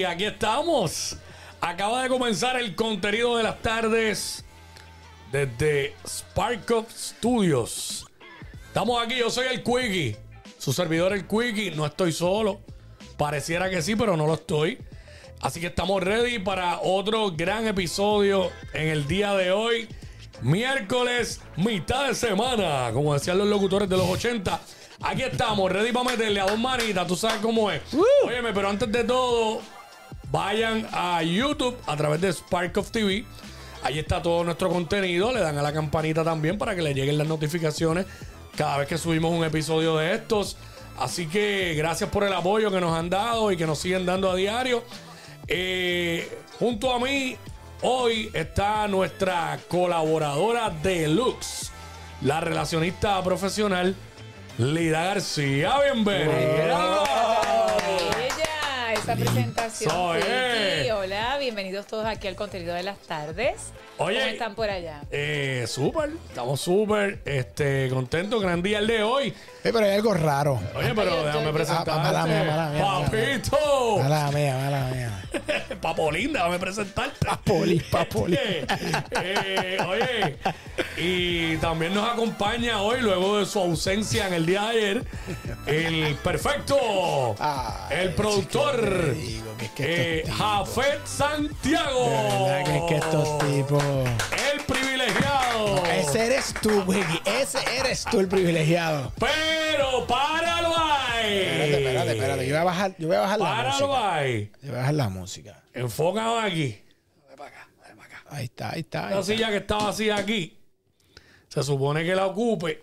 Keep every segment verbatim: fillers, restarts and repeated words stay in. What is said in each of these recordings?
aquí estamos. Acaba de comenzar el contenido de las tardes desde Spark Up Studios. Estamos aquí, yo soy el Quickie, su servidor el Quickie. No estoy solo. Pareciera que sí, pero no lo estoy. Así que estamos ready para otro gran episodio en el día de hoy. Miércoles, mitad de semana, como decían los locutores de los ochenta. Aquí estamos, ready para meterle a dos manitas, tú sabes cómo es. Uh. Óyeme, pero antes de todo, vayan a YouTube a través de Spark of T V. Ahí está todo nuestro contenido. Le dan a la campanita también para que le lleguen las notificaciones cada vez que subimos un episodio de estos. Así que gracias por el apoyo que nos han dado y que nos siguen dando a diario. Eh, junto a mí, hoy está nuestra colaboradora deluxe, la relacionista profesional Lida García. Bienvenida. Ella, esa presentación. Soy. Sí, hola, bienvenidos todos aquí al contenido de las tardes. Oye, ¿cómo están por allá? Eh, súper, estamos súper este, contentos. Gran día el de hoy. Sí, pero hay algo raro. Oye, pero Ay, déjame yo- presentarte. Ah, mala mía, mala mía, mala mía. ¡Papito! Mala mía, mala mía. Papolín, déjame presentarte. Papoli, papoli. Eh, eh, oye, y también nos acompaña hoy, luego de su ausencia en el día de ayer, el perfecto, Ah, el productor, es que te digo que es que eh, estos tipos- Jafet Santiago. De verdad que es que estos tipos. El privilegiado. Ese eres tú, Wiggy. Ese eres tú el privilegiado. Pero páralo ahí. Espérate, espérate, espérate. Yo voy a bajar, yo voy a bajar la Páralo música. ahí. Yo voy a bajar la música. Enfócalo aquí. Ahí está, ahí está. Ahí La está. silla que está vacía aquí, se supone que la ocupe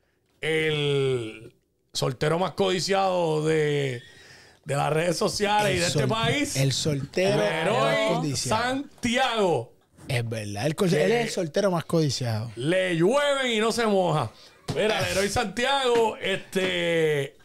el soltero más codiciado de, de las redes sociales El y de sol- este país, El soltero más Leroy codiciado. Santiago. Es verdad. El, co- él es el soltero más codiciado. Le llueven y no se moja. Mira, Leroy Santiago, este...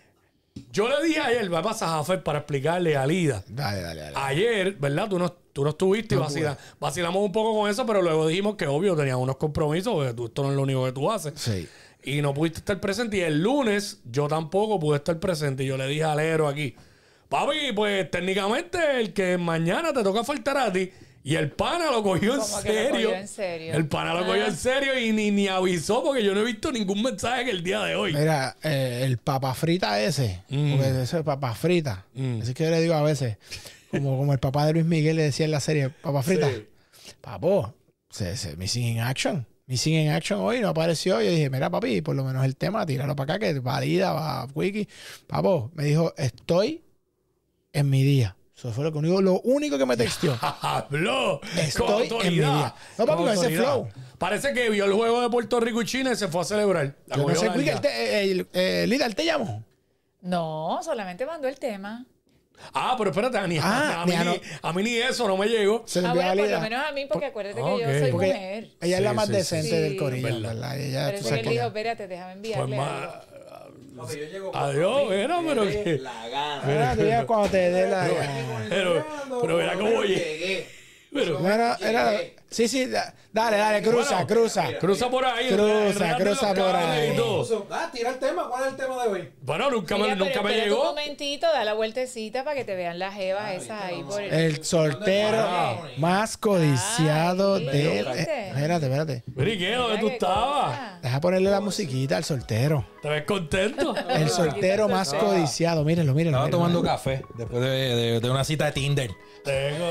Yo le dije ayer, va a pasar a Jafet para explicarle a Lida. Dale, dale, dale. Ayer, ¿verdad? Tú no, tú no estuviste No y vacila- vacilamos un poco con eso, pero luego dijimos que obvio tenías unos compromisos, porque tú, esto no es lo único que tú haces. Sí. Y no pudiste estar presente. Y el lunes yo tampoco pude estar presente. Y yo le dije al Lero aquí, papi, pues técnicamente el que mañana te toca faltar a ti. Y el pana lo cogió en ¿Cómo que lo serio. cogió en serio? El pana lo Ah. cogió en serio y ni, ni avisó porque yo no he visto ningún mensaje en el día de hoy. Mira, eh, el papa frita ese, Mm. porque ese es papa frita. Mm. Así que yo le digo a veces, como, como el papá de Luis Miguel le decía en la serie, papa frita. Sí. Papo, se, se, missing in action. Missing in action hoy no apareció. Yo dije, mira, papi, por lo menos el tema, tíralo para acá, que valida, va a Wiki. Papo, me dijo, estoy en mi día. Eso fue lo único, lo único que me texteó. Habló Estoy con en mi autoridad. día. No, papi, Con con ese autoridad. flow. Parece que vio el juego de Puerto Rico y China y se fue a celebrar. La Yo no cogió sé, larga. Wiki, él te, eh, el, eh, Lida, él te llamó. No, solamente mandó el tema. Ah, pero espérate, a, ni- Ah, a, mí, ni a no- ni, a mí ni eso no me llegó. Se le Ah, envió bueno, a por Lida. lo menos a mí, porque acuérdate que Ok. yo soy Porque mujer. ella es la Sí, más sí, decente sí. del corillo, Verdad. ¿verdad? Ella, Pero tú eso sabes él que dijo, ella- espérate, déjame Pues enviarle más. algo. Papi, yo llego Adiós, mira, pero que. la gana. Ah, tú ya cuando te dé la... Pero, pero mira cómo oye. Llegué. Pero, Bueno, era... Sí, sí, da- dale, dale, cruza, Bueno, cruza. cruza por ahí. Cruza, enrédate cruza los por cables ahí. y todo. Ah, tira el tema. ¿Cuál es el tema de hoy? Bueno, nunca me, Mira, nunca pero me espérate un llegó. momentito, da la vueltecita para que te vean las jevas Ah, esas viste, ahí no. por el... El soltero Ah. más codiciado Ay, de... ¿viste? eh, espérate, espérate. Mira, ¿y qué? ¿Dónde Mira tú qué estabas? cosa. Deja ponerle la musiquita al soltero. ¿Te ves contento? El soltero más codiciado. Mírenlo, mírenlo. Estaba mírenlo. tomando café después de, de- de una cita de Tinder. Tengo.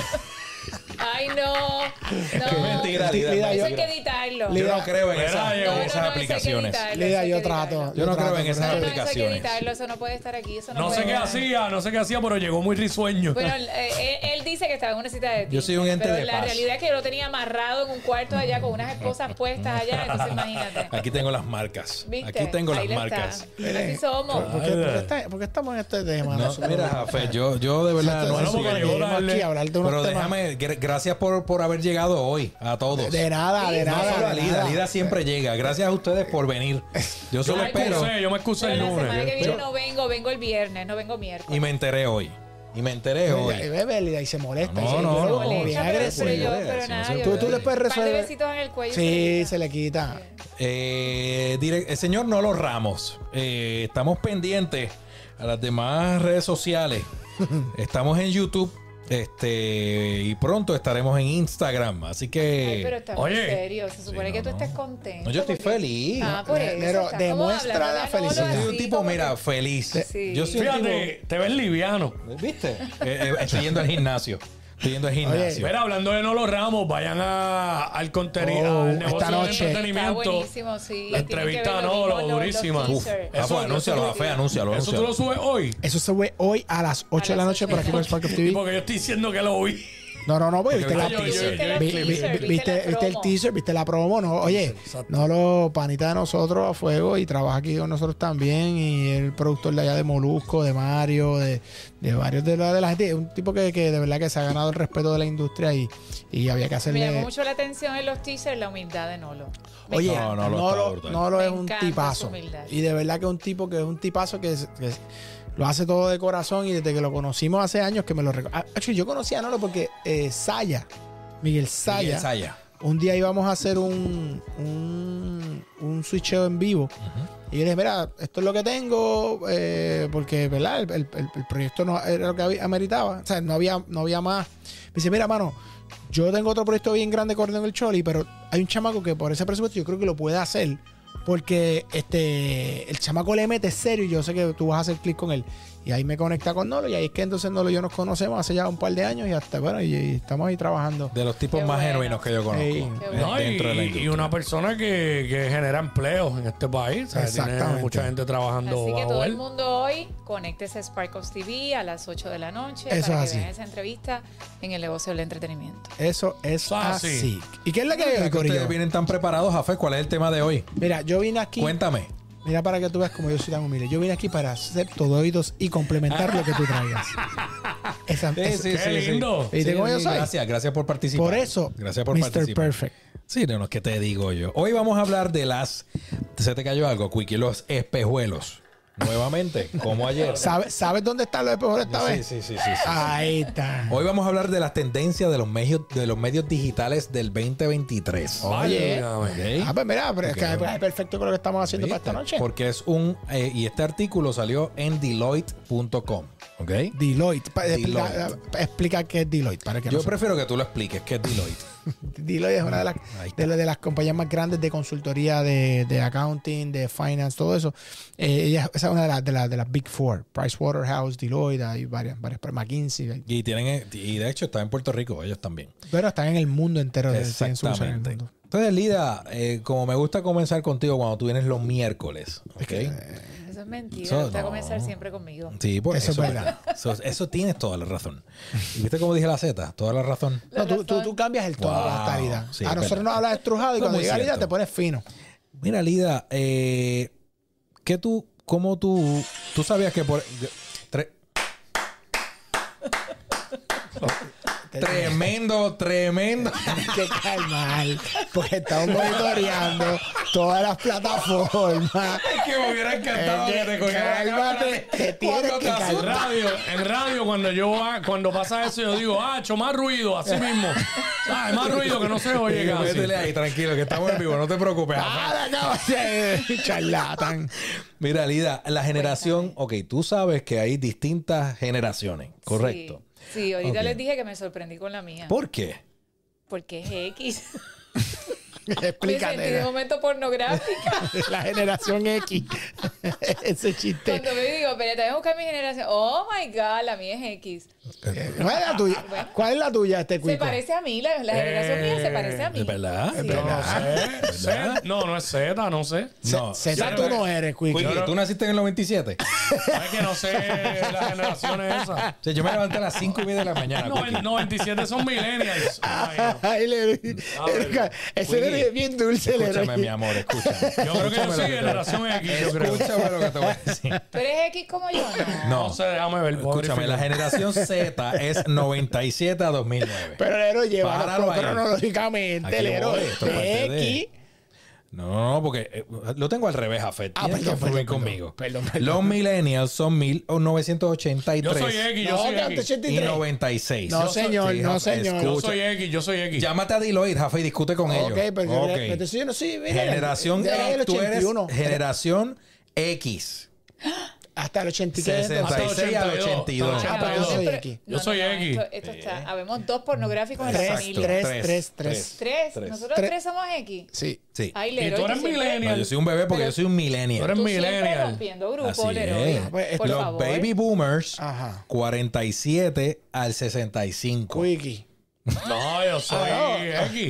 Ay, no. No. Mentira, Lida, Lida. Eso yo- hay que editarlo. Lida, Yo no creo en, Mira, esa- yo- en No, no, esas no, eso hay que aplicaciones. editarlo, Lida, eso hay yo que trato. editarlo. Yo no trato, creo en esas No, no, eso hay que aplicaciones. editarlo, eso no puede estar aquí, eso no, No sé puede qué estar. hacía, no sé qué hacía, pero llegó muy risueño. Bueno, él, eh, él dice que estaba en una cita de Yo soy un ente pero de la paz. realidad es que yo lo tenía amarrado en un cuarto allá con unas esposas puestas allá, entonces imagínate. Aquí tengo las marcas. ¿Viste? Aquí tengo Ahí las le marcas. está. Así somos. ¿Por qué, por qué está- por qué estamos en este tema? No, Nosotros- mira, Jafé, yo, yo de verdad no Bueno, sé. porque Venimos llegó darle- aquí a hablar de unos Pero temas- déjame, gr- gracias por, por haber llegado hoy a todos. De nada, de No nada. solo a de Lida, nada. Lida siempre llega. Gracias a ustedes por venir. Yo Yo solo me espero. excusé, yo me excusé Pero el la semana que lunes. viene Yo- no vengo, vengo el viernes, no vengo miércoles. Y me enteré hoy. Y me enteré hoy. Y bebe Lida y se molesta. No, y se no, pone no, como bien Molesta, pero- agresivo. pero yo- Sí, pero sí, nada, no se yo- Tú- tú después un par de resuelves- besitos en el cuello. Sí, se se le quita. Eh, dire- el señor Nolo Ramos, eh, estamos pendientes a las demás redes sociales Estamos en YouTube. Este, y pronto estaremos en Instagram. Así Ay, que. pero está Oye. muy serio. Se supone Sí, que no, tú no. estés contento. No, yo estoy porque- feliz. Ah, por eso. Pero estás como demuestra hablando la de felicidad. Nolo, Soy un así tipo, como mira, que- feliz. Sí. Yo soy un tipo. Fíjate, te ves liviano. ¿Viste? Eh, eh, estoy yendo al gimnasio. Estoy yendo al gimnasio. Mira, hablando de Nolo Ramos, vayan a, al contenido, Oh, al negocio esta del noche. Está entretenimiento. buenísimo, sí. La Tienen que entrevista ver a lo Nolo, mismo, los- los durísima. teasers. Uf, ah, Eso- pues anúncialo, eso- Jafé, anúncialo. Eso tú lo anúncialo. subes hoy. Eso se fue hoy a las ocho de la las noche ocho por de aquí la por noche. Spark of T V. Porque yo estoy diciendo que lo vi. No, no, no, porque viste Porque la yo- yo- teaser. yo- yo- Vi- viste vi- la vi- Viste teaser, viste el promo. teaser, viste la promo, ¿no? Oye, Exacto. no lo panita de nosotros a fuego y trabaja aquí con nosotros también. Y el productor de allá de Molusco, de Mario, de, de varios de la, de la gente. Es un tipo que, que de verdad que se ha ganado el respeto de la industria y, y había que Me hacerle. llamó mucho la atención en los teasers la humildad de Nolo. Me Oye, encanta. No, no, lo no, está lo, brutal. no lo Me es un encanta tipazo. su humildad. Y de verdad que es un tipo que es un tipazo que, es- que es- lo hace todo de corazón. Y desde que lo conocimos hace años que me lo recuerdo. Yo conocí a Nolo porque eh, Saya, Miguel Saya, Miguel Saya. un día íbamos a hacer un, un, un switcheo en vivo. Y yo le dije, mira, esto es lo que tengo, eh, porque, ¿verdad? El, el- el- el proyecto no era lo que había- ameritaba. O sea, no había, no había más. Me dice, mira, mano, yo tengo otro proyecto bien grande corriendo en el Choli, pero hay un chamaco que por ese presupuesto yo creo que lo puede hacer. Porque este el chamaco le mete serio y yo sé que tú vas a hacer clic con él. Y ahí me conecta con Nolo. Y ahí es que entonces Nolo y yo nos conocemos hace ya un par de años y hasta, bueno, y, y estamos ahí trabajando. De los tipos Qué más bueno. genuinos que yo conozco. Sí. Qué eh, No, y, dentro de la y industria. una persona que, que genera empleos en este país. O sea, tiene Exactamente. mucha gente trabajando Así que bajo todo el él. mundo hoy, conéctese a Sparkles T V a las ocho de la noche Eso para es que así. vean esa entrevista en el negocio del entretenimiento. Eso es Eso es así. así. ¿Y qué es la que hay Ya hoy, que ustedes Corillo? vienen tan preparados, Jafé, ¿cuál es el tema de hoy? Mira, yo vine aquí. Cuéntame. Mira para que tú veas como yo soy tan humilde. Yo vine aquí para ser todo oídos y complementar lo que tú traigas. Esa, esa- Qué lindo. ¿Viste cómo yo soy? Gracias, gracias por participar. Por eso, Gracias por mister participar. Perfect. Sí, no, no, es que te digo yo. Hoy vamos a hablar de las... ¿Se te cayó algo, Quickie? Los espejuelos. Nuevamente, como ayer. ¿Sabes, ¿Sabes dónde están los espejuelos esta Sí, vez? sí, sí, sí, sí. Ahí está. Hoy vamos a hablar de las tendencias de los medios, de los medios digitales del veinte veintitrés. Oye. Válgame. Ah, pues mira, pero es que Ok. es perfecto con lo que estamos haciendo para esta noche. Porque es un... eh, y este artículo salió en Deloitte punto com. ¿Ok? Deloitte. Pa- Deloitte. Explica, explica qué es Deloitte. Para que Yo no prefiero que tú lo expliques, ¿qué es Deloitte? Deloitte es una de las, Ahí está. de, la- de las compañías más grandes de consultoría, de, de accounting, de finance, todo eso. Eh, ella, esa es una de las, de, las, de las Big Four. Pricewaterhouse, Deloitte, hay varias, varias, McKinsey. hay- Y tienen eh, y de hecho está en Puerto Rico, ellos también. pero están en el mundo entero. de- tienen sucursales en el Exactamente. mundo. Entonces, Lida, eh, como me gusta comenzar contigo cuando tú vienes los miércoles, ¿ok? Eso es mentira. Eso Usted va a no. comenzar siempre conmigo. Sí, por Eso eso. es verdad. Eso, eso tienes toda la razón. ¿Y viste cómo dije la Z? Toda la razón. No, tú, tú, tú cambias el tono Wow. de la estabilidad. Sí, a es nosotros verdad. nos hablas estrujado y Eso es cuando muy llega la idea cierto. te pones fino. Mira, Lida, eh, ¿qué tú, cómo tú, tú sabías que por... tre- tremendo, tremendo. Tienes que calmar, porque estamos monitoreando todas las plataformas. Es que me hubiera encantado Es que que te cogiera la cálmate, cámara te tienes cuando que te En calmar. asustas. radio, en radio cuando yo ha- cuando pasa eso yo digo, ah, hecho más ruido, así mismo. Ah, más ruido que no se oye Sí, casi. métele ahí, tranquilo, que estamos en vivo, no te preocupes. Ahora acabas de charlatán. Mira, Lida, la generación, ok, tú sabes que hay distintas generaciones, correcto. Sí, sí, ahorita Ok. les dije que me sorprendí con la mía. ¿Por qué? Porque es X. Me sentí de Explícate. momento pornográfica. La generación X. Ese chiste. Cuando me digo, pero también buscar mi generación. Oh my God, la mía es X. ¿Cuál es la tuya? ¿Cuál es la tuya, este Se cuico? parece a mí, la, la generación mía se parece a mí. ¿De verdad? Sí. ¿De No verdad? sé. Z- No, no es Z, no sé. No. Z sí, tú pero- no eres, cuico. Quickie, ¿tú naciste en el noventa y siete? Es que no sé las generaciones esas. O sea, yo me levanté a las cinco y media de la mañana. No, Quickie. el noventa y siete son millennials. Ay, no. Ay, le- ver, ese Quickie, es bien dulce. el Escúchame, héroe. mi amor, escúchame. Yo creo que yo Escúchame soy lo que te- generación X, yo creo. Escúchame lo que te voy a decir. ¿Tú eres X como yo? No. No, No sé, déjame ver. voy a escúchame, la verificar. generación Z es noventa y siete a dos mil nueve. Pero el héroe lleva Páralo ahí. cronológicamente. Aquí El voy, héroe esto es parte de de- X. No, no, no, porque eh, lo tengo al revés, Jafet. Ah, Tienes perdón, que fluir perdón, conmigo. perdón, perdón. Los millennials son mil novecientos ochenta y Yo tres soy X, yo No, soy que X. ochenta y y tres. noventa y seis. No, Yo soy- señor, sí, no, Jafet, señor. Yo escucha. soy X, yo soy X. Llámate a Deloitte, Jafet, y discute con ellos. Ok, pero yo, Ok. entonces yo no soy. Mira, Generación de- del tú eres ochenta y uno. generación X. Hasta el ochenta y sesenta y seis al ochenta y dos. Ah, pero yo soy X. Yo soy X. Esto, esto está. Habemos dos pornográficos en la Tres, familia. tres, Tres, tres, tres. tres. Tres. Nosotros Tres. tres somos X. Sí. Sí. Ay, Y Leroy, tú eres siempre- No, millennial. yo soy un bebé porque yo soy un Tú millennial. eres Tú siempre millennial. rompiendo grupo, Así Leroy. es. Pues, Por Los favor. baby boomers, Ajá. cuarenta y siete al sesenta y cinco. Quickie. No, yo soy X.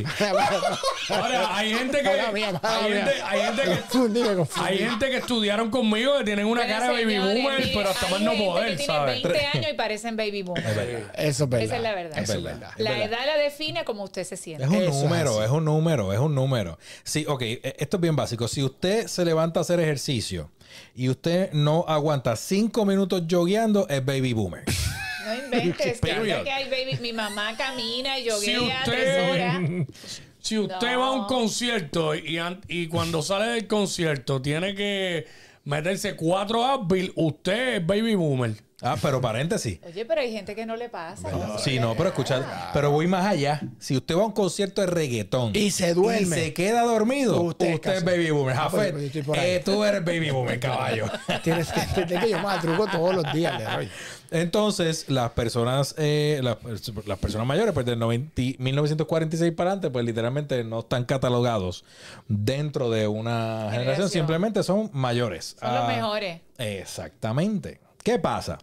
Ahora, hay gente que. Mala mía, mala hay, mía. gente, hay, gente que Confundí, me confundí. hay gente que estudiaron conmigo que tienen una Bueno, cara de baby señores, boomer, mire, pero hasta hay más no gente que poder, tiene ¿sabes? veinte años y parecen baby boomers. Es verdad. Eso es verdad. Esa es la verdad. Eso es Es verdad. verdad. La verdad. edad la define como usted se siente. Es un Eso es número, así. es un número, es un número. Sí, ok, e- esto es bien básico. Si usted se levanta a hacer ejercicio y usted no aguanta cinco minutos jogueando, es baby boomer. No inventes. que Period. anda que hay baby. Mi mamá camina y Si yoguea tres horas. usted, si usted No. va a un concierto y, an- y cuando sale del concierto tiene que meterse cuatro Advil, usted es baby boomer. Ah, pero paréntesis. Oye, pero hay gente que no le pasa. ¿no? Sí, no, pero escucha, pero voy más allá. Si usted va a un concierto de reggaetón Y se duerme. y se queda dormido, Usted usted, es es caso. baby boomer. Ah, pues, Jafet, pues yo estoy por ahí. eh, tú eres baby boomer, caballo. Tienes que entender que yo me madrugo todos los días, Leroy. Entonces, las personas, eh, las, las personas mayores, pues del noventa mil novecientos cuarenta y seis para adelante, pues literalmente no están catalogados dentro de una generación, Generación. simplemente son mayores. Son los Ah, mejores. Exactamente. ¿Qué pasa?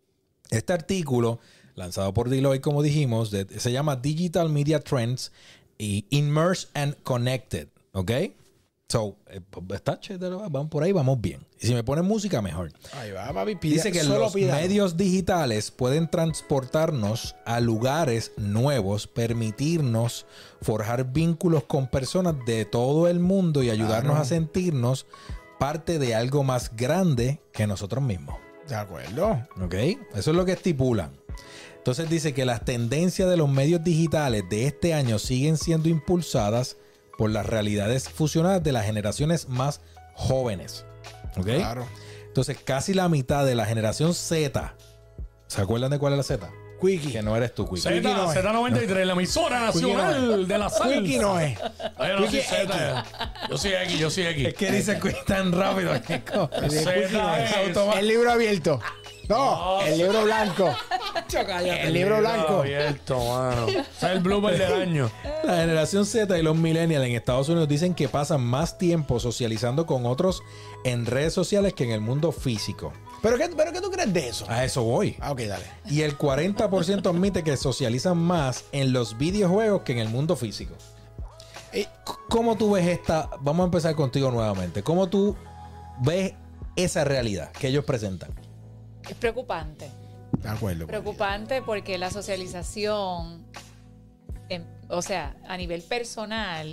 Este artículo, lanzado por Deloitte, como dijimos, de- se llama Digital Media Trends y Immersed and Connected. ¿Ok? So, eh, pues, está chévere, vamos por ahí, vamos bien. Y si me ponen música, mejor. Ahí va, papi. Pida, Dice que solo los pida. medios digitales pueden transportarnos a lugares nuevos, permitirnos forjar vínculos con personas de todo el mundo y ayudarnos Claro. a sentirnos parte de algo más grande que nosotros mismos. De acuerdo. ¿Ok? Eso es lo que estipulan. Entonces dice que las tendencias de los medios digitales de este año siguen siendo impulsadas por las realidades fusionadas de las generaciones más jóvenes. ¿Ok? Claro. Entonces casi la mitad de la generación Z. ¿Se acuerdan de cuál es la Z? Quickie. Que no eres tú, Quickie. Quickie no es. Z noventa y tres, la emisora Quickie no nacional de la salsa. Quickie no es. Ay, yo no soy Quickie Z. Yo soy X, yo soy X. Es que dice Quickie tan rápido. que co- Z es El libro abierto. No, No, el libro blanco. El libro blanco. abierto, mano. Ese es el blooper del año. La generación Z y los millennials en Estados Unidos dicen que pasan más tiempo socializando con otros en redes sociales que en el mundo físico. ¿Pero qué, pero qué tú crees de eso? A eso voy. Ah, ok, dale. Y el cuarenta por ciento admite que socializan más en los videojuegos que en el mundo físico. Eh, C- ¿Cómo tú ves esta? Vamos a empezar contigo nuevamente. ¿Cómo tú ves esa realidad que ellos presentan? Es preocupante. De acuerdo. Preocupante porque la socialización, en- o sea, a nivel personal,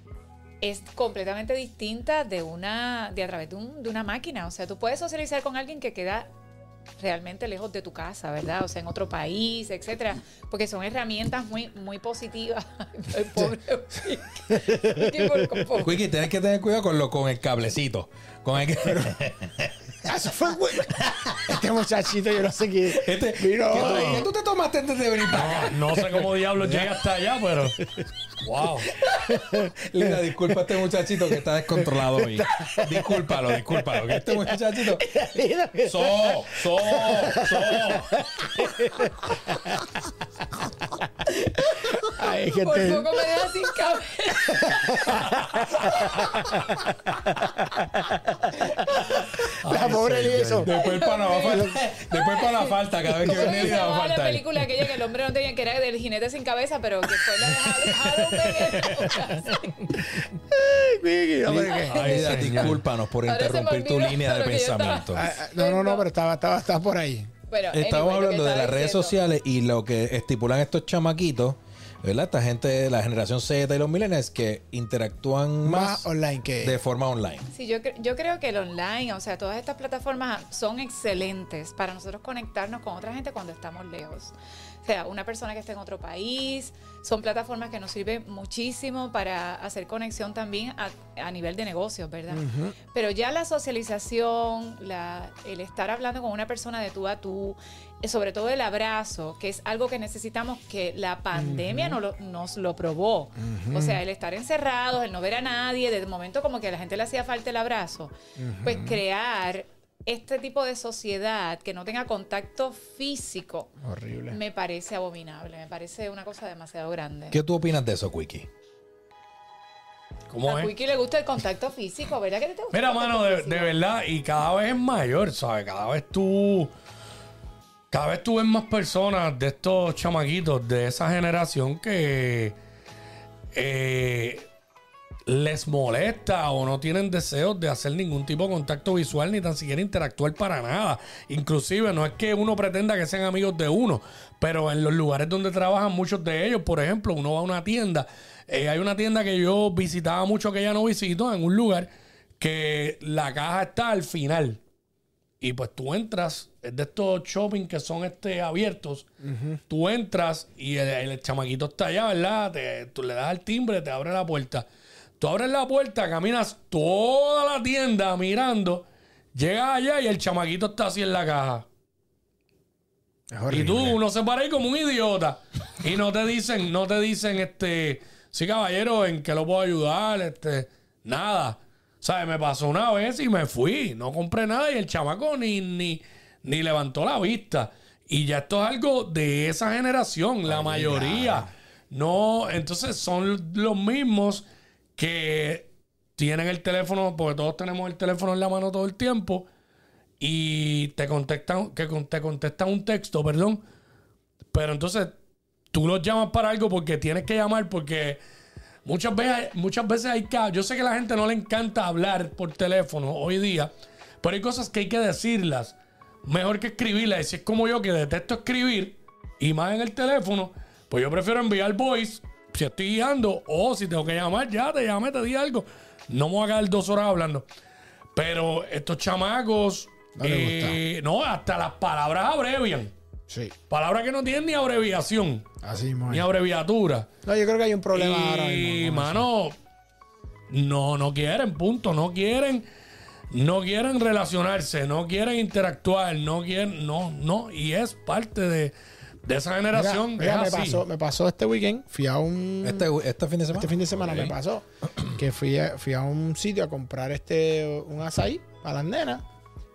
es completamente distinta de una, de a través de, un- de una máquina. O sea, tú puedes socializar con alguien que queda realmente lejos de tu casa, ¿verdad? O sea, en otro país, etcétera, porque son herramientas muy, muy positivas. Ay, pobre Quickie, por- por- por- Quickie, tienes que tener cuidado con lo con el cablecito. Con el Ah, eso fue güey. Este muchachito, yo no sé qué. este, Vino ¿qué, tú, hoy. qué tú te tomaste antes de venir para acá? No sé cómo diablos llega hasta allá, pero. Wow. Linda, disculpa a este muchachito que está descontrolado hoy. Discúlpalo, discúlpalo. Que este muchachito. So, so, so. Ay, es que Por te- poco me deja sin la pobre señor. eso. Después para la falta. Después para la falta. Cada vez que ¿Cómo viene se Lidia va a llamaba la faltar. película aquella que el hombre no tenía, que era del jinete sin cabeza, pero que fue la de Quickie, no, pero qué. Ay, señor. discúlpanos por Ahora se me interrumpir tu olvidó línea de lo que yo estaba- pensamiento. Ah, ah, No, no, no, pero estaba, estaba, estaba por ahí. Bueno, Estamos anyway, lo que hablando de estaba las redes diciendo. sociales y lo que estipulan estos chamaquitos, ¿verdad? Esta gente de la generación Z y los millennials que interactúan más, Más online que. de forma online. Sí, yo, cre- yo creo que el online, o sea, todas estas plataformas son excelentes para nosotros conectarnos con otra gente cuando estamos lejos. O sea, una persona que está en otro país, son plataformas que nos sirven muchísimo para hacer conexión también a, a nivel de negocios, ¿verdad? Pero ya la socialización, la, el estar hablando con una persona de tú a tú, eh, sobre todo el abrazo, que es algo que necesitamos, que la pandemia no lo- nos lo probó. O sea, el estar encerrados, el no ver a nadie, de momento como que a la gente le hacía falta el abrazo, pues crear este tipo de sociedad que no tenga contacto físico Horrible. me parece abominable, me parece una cosa demasiado grande. ¿Qué tú opinas de eso, Quickie? ¿Cómo A es? Quickie le gusta el contacto físico, ¿verdad que te gusta? Mira, el contacto mano, de, físico? de verdad, y cada vez es mayor, ¿sabes? Cada vez tú. Cada vez tú ves más personas de estos chamaquitos de esa generación que eh, les molesta o no tienen deseos de hacer ningún tipo de contacto visual ni tan siquiera interactuar para nada. Inclusive no es que uno pretenda que sean amigos de uno, pero en los lugares donde trabajan muchos de ellos, por ejemplo, uno va a una tienda, eh, hay una tienda que yo visitaba mucho que ya no visito, en un lugar que la caja está al final. Y pues tú entras, es de estos shopping que son este abiertos. Tú entras y el, el chamaquito está allá, ¿verdad? Te- tú le das al timbre, te abre la puerta. Tú abres la puerta, caminas toda la tienda mirando, llegas allá y el chamaquito está así en la caja. Es Y horrible. tú no se para ahí como un idiota. Y no te dicen, no te dicen, este, sí, caballero, ¿en qué lo puedo ayudar? Este, nada. ¿Sabes? Me pasó una vez y me fui. No compré nada y el chamaco ni, ni, ni levantó la vista. Y ya esto es algo de esa generación, la mayoría. No, entonces son los mismos que tienen el teléfono, porque todos tenemos el teléfono en la mano todo el tiempo, y te contestan, que con- te contestan un texto, perdón. Pero entonces tú los llamas para algo porque tienes que llamar porque muchas veces, muchas veces hay que... Yo sé que a la gente no le encanta hablar por teléfono hoy día, pero hay cosas que hay que decirlas. Mejor que escribirlas. Y si es como yo que detesto escribir, y más en el teléfono, pues yo prefiero enviar voice si estoy guiando, o si tengo que llamar, ya te llamé, te di algo. No me voy a quedar dos horas hablando. Pero estos chamacos... No le eh, no, hasta las palabras abrevian. Sí, Palabras que no tienen ni abreviación, así mismo ni es. abreviatura. No, yo creo que hay un problema ahora Y, mismo. con eso. mano, no, no quieren, punto. No quieren, no quieren relacionarse, no quieren interactuar, no quieren, no, no. Y es parte de, de esa generación. Mira, mira, es me, así. pasó, me pasó este weekend, fui a un... Este, este fin de semana. Este fin de semana Ok. me pasó que fui a, fui a un sitio a comprar este un açaí para las nenas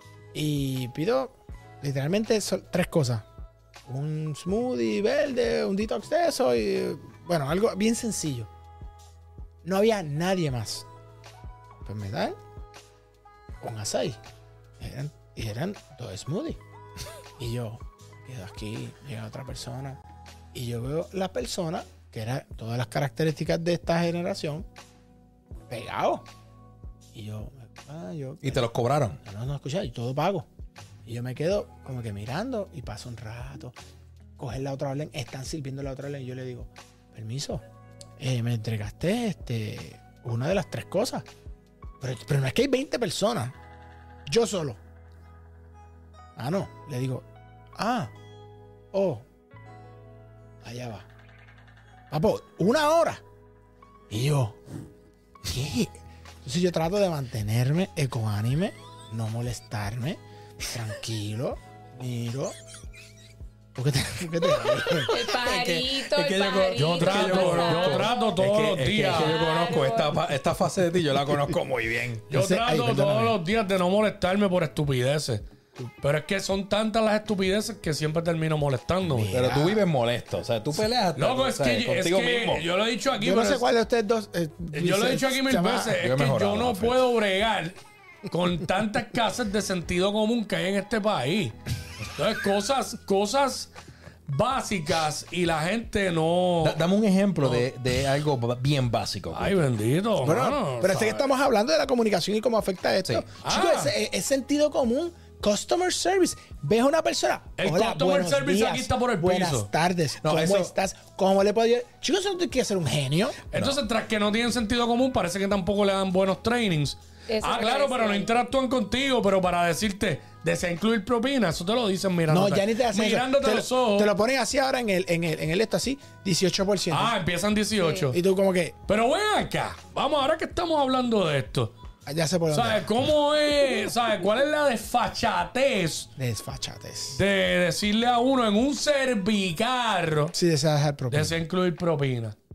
y pido literalmente son tres cosas. Un smoothie verde, un detox de eso y bueno, algo bien sencillo. No había nadie más. Pues me dan un açaí. Eran, y eran dos smoothies. Y yo quedo aquí, llega otra persona y yo veo la persona que era todas las características de esta generación pegado. Y yo, ah, yo Y te los cobraron. no, no, no, escucha, y todo pago. Y yo me quedo como que mirando y paso un rato. Coger la otra orden, están sirviendo la otra orden y yo le digo, permiso, eh, me entregaste este, una de las tres cosas. Pero, pero no es que hay veinte personas. Yo solo. Ah, no. Le digo, ah, oh, allá va. Papo, una hora. Y yo, ¿qué? Entonces yo trato de mantenerme ecuánime, no molestarme, tranquilo, miro. ¿Por qué te, por qué te El pajarito, es que el yo- pajarito. Yo trato, pasado. yo trato todos Es que- los es que- días. es que yo conozco esta, pa- esta fase de ti, yo la conozco muy bien. Yo Entonces, trato ay, todos perdóname. los días de no molestarme por estupideces. Pero es que son tantas las estupideces que siempre termino molestándome. Pero tú vives molesto, o sea, tú peleas hasta, Loco, o es sea, que, es contigo que mismo. yo lo he dicho aquí, Yo no pero sé es- cuál de ustedes dos. eh, yo lo he dicho aquí mil se llama- veces. Yo he Es que mejorado, yo no Rafael. puedo bregar con tanta escasez de sentido común que hay en este país. Entonces, cosas, cosas básicas y la gente no. Da- dame un ejemplo de, de algo ba- bien básico. Ay, bendito. Bueno, mano, pero es que ¿sabes? estamos hablando de la comunicación y cómo afecta esto. Sí. Chicos, Ah. es, es sentido común. Customer service. Ves a una persona. El Hola, customer buenos service días, aquí está por el buenas piso. tardes. No, ¿Cómo eso- estás? ¿Cómo le puedo ayudar? Chicos, eso no tiene que ser un genio. Entonces, tras que no tienen sentido común, parece que tampoco le dan buenos trainings. Eso ah, es lo que claro, decía pero no él. interactúan contigo, pero para decirte, desea incluir propina, eso te lo dicen mirándote. No, ya ni te hacen eso. Mirándote Te, los lo- ojos. te lo ponen así ahora en el, en el, en el esto así, dieciocho por ciento. Ah, empiezan dieciocho. Y tú como que, Pero ven acá. Vamos, ahora que estamos hablando de esto. ya sé por dónde. ¿Sabes cómo es? ¿Sabes cuál es la desfachatez Desfachates. de decirle a uno en un servicarro Si deseas dejar propina. desea incluir propina?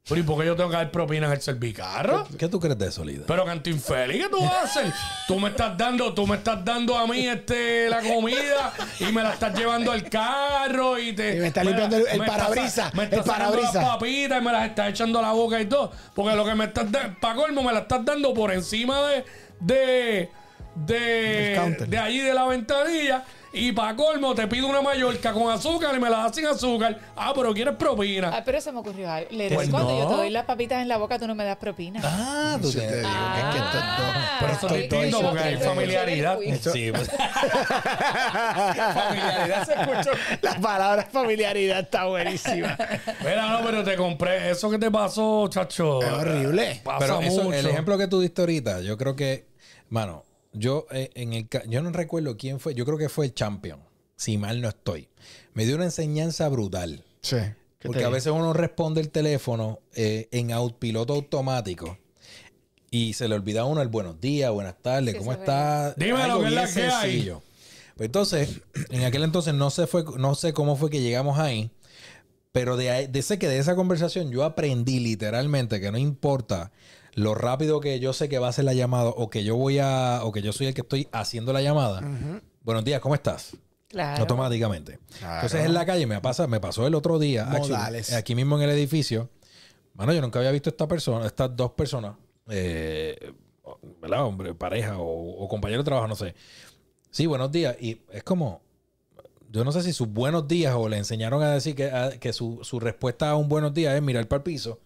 Pero ¿y por qué yo tengo que dar propina en el servicarro? ¿Qué tú crees de eso, líder? Pero canto infeliz, ¿qué tú vas a hacer? Tú me estás dando, tú me estás dando a mí este la comida y me la estás llevando al carro y te. Y me está limpiando el- el me estás- parabrisa, Me estás el sacando parabrisa. las papitas y me las estás echando a la boca y todo. Porque lo que me estás dando, para colmo, me la estás dando por encima de. de. de, El counter. de allí de la ventanilla. Y para colmo te pido una mallorca con azúcar y me la das sin azúcar. Ah, pero quieres propina. Ah, pero se me ocurrió algo. Lere, Pues cuando no. yo te doy las papitas en la boca, tú no me das propina. Ah, tú Yo te tienes. digo que es que estos dos. Pero eso es Ah, distinto ok. porque hay Yo- yo- familiaridad. yo- yo- Sí, pues. Familiaridad se escuchó. La palabra familiaridad está buenísima. Mira, no, pero te compré. Eso que te pasó, chacho. Es horrible. Pasa Pero eso, mucho. el ejemplo que tú diste ahorita, yo creo que, mano, yo eh, en el ca- yo no recuerdo quién fue, yo creo que fue el Champion, si mal no estoy. Me dio una enseñanza brutal. Sí. ¿Qué Porque te a digo? veces uno responde el teléfono eh, en au- piloto automático y se le olvida a uno el buenos días, buenas tardes, Sí, ¿cómo eso es está? Dímelo, Algo que es la bien que hay. sencillo. Pues entonces, en aquel entonces no sé, fue, no sé cómo fue que llegamos ahí, pero de, ahí- de ese que de esa conversación yo aprendí literalmente que no importa lo rápido que yo sé que va a ser la llamada o que yo voy a, o que yo soy el que estoy haciendo la llamada. Buenos días, ¿cómo estás? Claro. Automáticamente. Claro. Entonces en la calle me pasa, me pasó el otro día, actually, Modales. aquí mismo en el edificio. Bueno, yo nunca había visto esta persona, estas dos personas, eh, ¿verdad? Hombre, pareja o, o compañero de trabajo, no sé. Sí, buenos días. Y es como, yo no sé si sus buenos días o le enseñaron a decir que, a- que su, su respuesta a un buenos días es mirar para el piso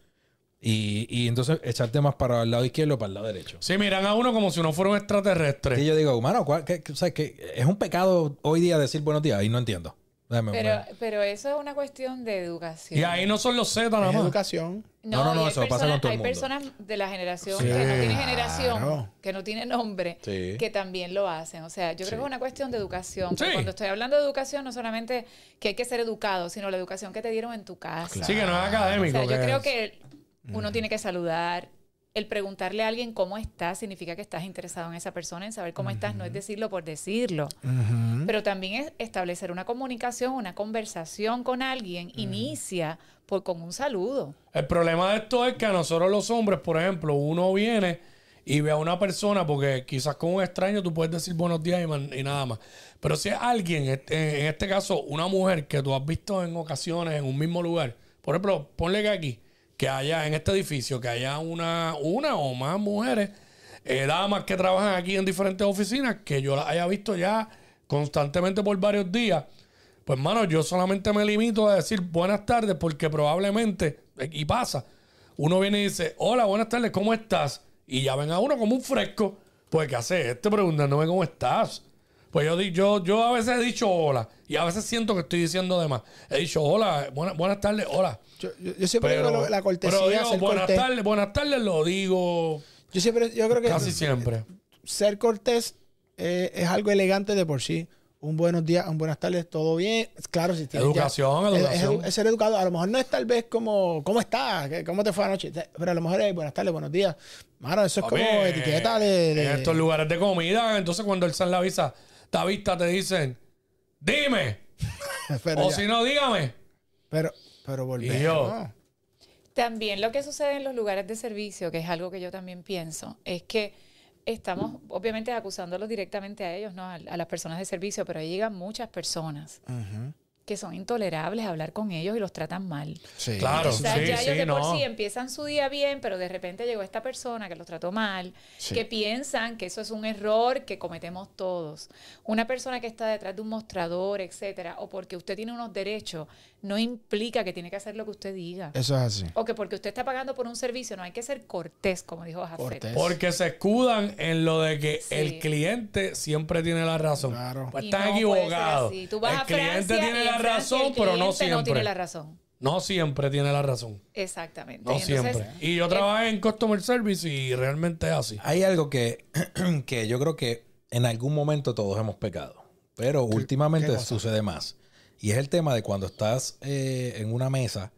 y, y entonces echarte más para el lado izquierdo o para el lado derecho. Sí, miran a uno como si uno fuera un extraterrestre. Y yo digo, mano, ¿cuál- qué- qué- o sea, que es un pecado hoy día decir buenos días. Y no entiendo. Déjame- Pero, pero eso es una cuestión de educación. Y ahí no son los Z nada Es más. educación. No, no, no, y hay eso pasa personas- con todo el Hay mundo. personas de la generación Sí, que no tiene claro. generación, que no tiene nombre, Sí. que también lo hacen. O sea, yo creo que es una cuestión de educación. Porque Sí. cuando estoy hablando de educación, no solamente que hay que ser educado, sino la educación que te dieron en tu casa. Sí, que no es O académico. sea, yo que creo es- que uno tiene que saludar. El preguntarle a alguien cómo estás significa que estás interesado en esa persona, en saber cómo estás, no es decirlo por decirlo. Pero también es establecer una comunicación, una conversación con alguien, inicia por, con un saludo. El problema de esto es que a nosotros los hombres, por ejemplo, uno viene y ve a una persona, porque quizás con un extraño tú puedes decir buenos días y, man- y nada más. Pero si es alguien, este- en este caso una mujer que tú has visto en ocasiones en un mismo lugar, por ejemplo, ponle que aquí, que haya en este edificio, que haya una, una o más mujeres, eh, damas que trabajan aquí en diferentes oficinas, que yo las haya visto ya constantemente por varios días. Pues, mano, yo solamente me limito a decir buenas tardes porque probablemente, y pasa, uno viene y dice, hola, buenas tardes, ¿cómo estás? Y ya ven a uno como un fresco. Pues, ¿qué hace este preguntándome cómo estás? Pues yo, di- yo, yo a veces he dicho hola y a veces siento que estoy diciendo de más. He dicho hola, buena- buenas tardes, hola. Yo, yo- yo siempre digo lo- la cortesía, pero digo, ser buenas cortés. tardes, buenas tardes lo digo Yo siempre, yo creo que casi siempre. ser cortés eh, es algo elegante de por sí. Un buenos días, un buenas tardes, todo bien. Claro, si tienes Educación, ya- es- educación. Es, es ser educado. A lo mejor no es tal vez como, ¿cómo estás? ¿Qué- ¿Cómo te fue anoche? Pero a lo mejor es buenas tardes, buenos días. Mano, eso es Papi, como etiqueta de... de- En estos lugares de comida, entonces cuando el San la avisa, ta vista te dicen, dime. pero, O ya. si no, dígame. pero, pero volvemos. Y yo. ¿no? También lo que sucede en los lugares de servicio, que es algo que yo también pienso, es que estamos obviamente acusándolos directamente a ellos, ¿no? A, a las personas de servicio, pero ahí llegan muchas personas Ujú. que son intolerables a hablar con ellos y los tratan mal. Sí. Claro. O sea, Sí, ya ellos sí, de por no. sí empiezan su día bien, pero de repente llegó esta persona que los trató mal, Sí. que piensan que eso es un error que cometemos todos. Una persona que está detrás de un mostrador, etcétera, o porque usted tiene unos derechos, no implica que tiene que hacer lo que usted diga. Eso es así. O que porque usted está pagando por un servicio, no hay que ser cortés, como dijo Jafet. Cortés. Porque se escudan en lo de que Sí. el cliente siempre tiene la razón. Claro. Pues Y están no puede ser equivocados. así. Tú vas El a cliente Francia y tiene en la Francia razón, el pero no cliente siempre. no tiene la razón. No siempre tiene la razón. Exactamente. No Y entonces, siempre. Y yo trabajé en Customer Service y realmente es así. Hay algo que, que yo creo que en algún momento todos hemos pecado, pero últimamente qué cosa? sucede más. Y es el tema de cuando estás eh, en una mesa,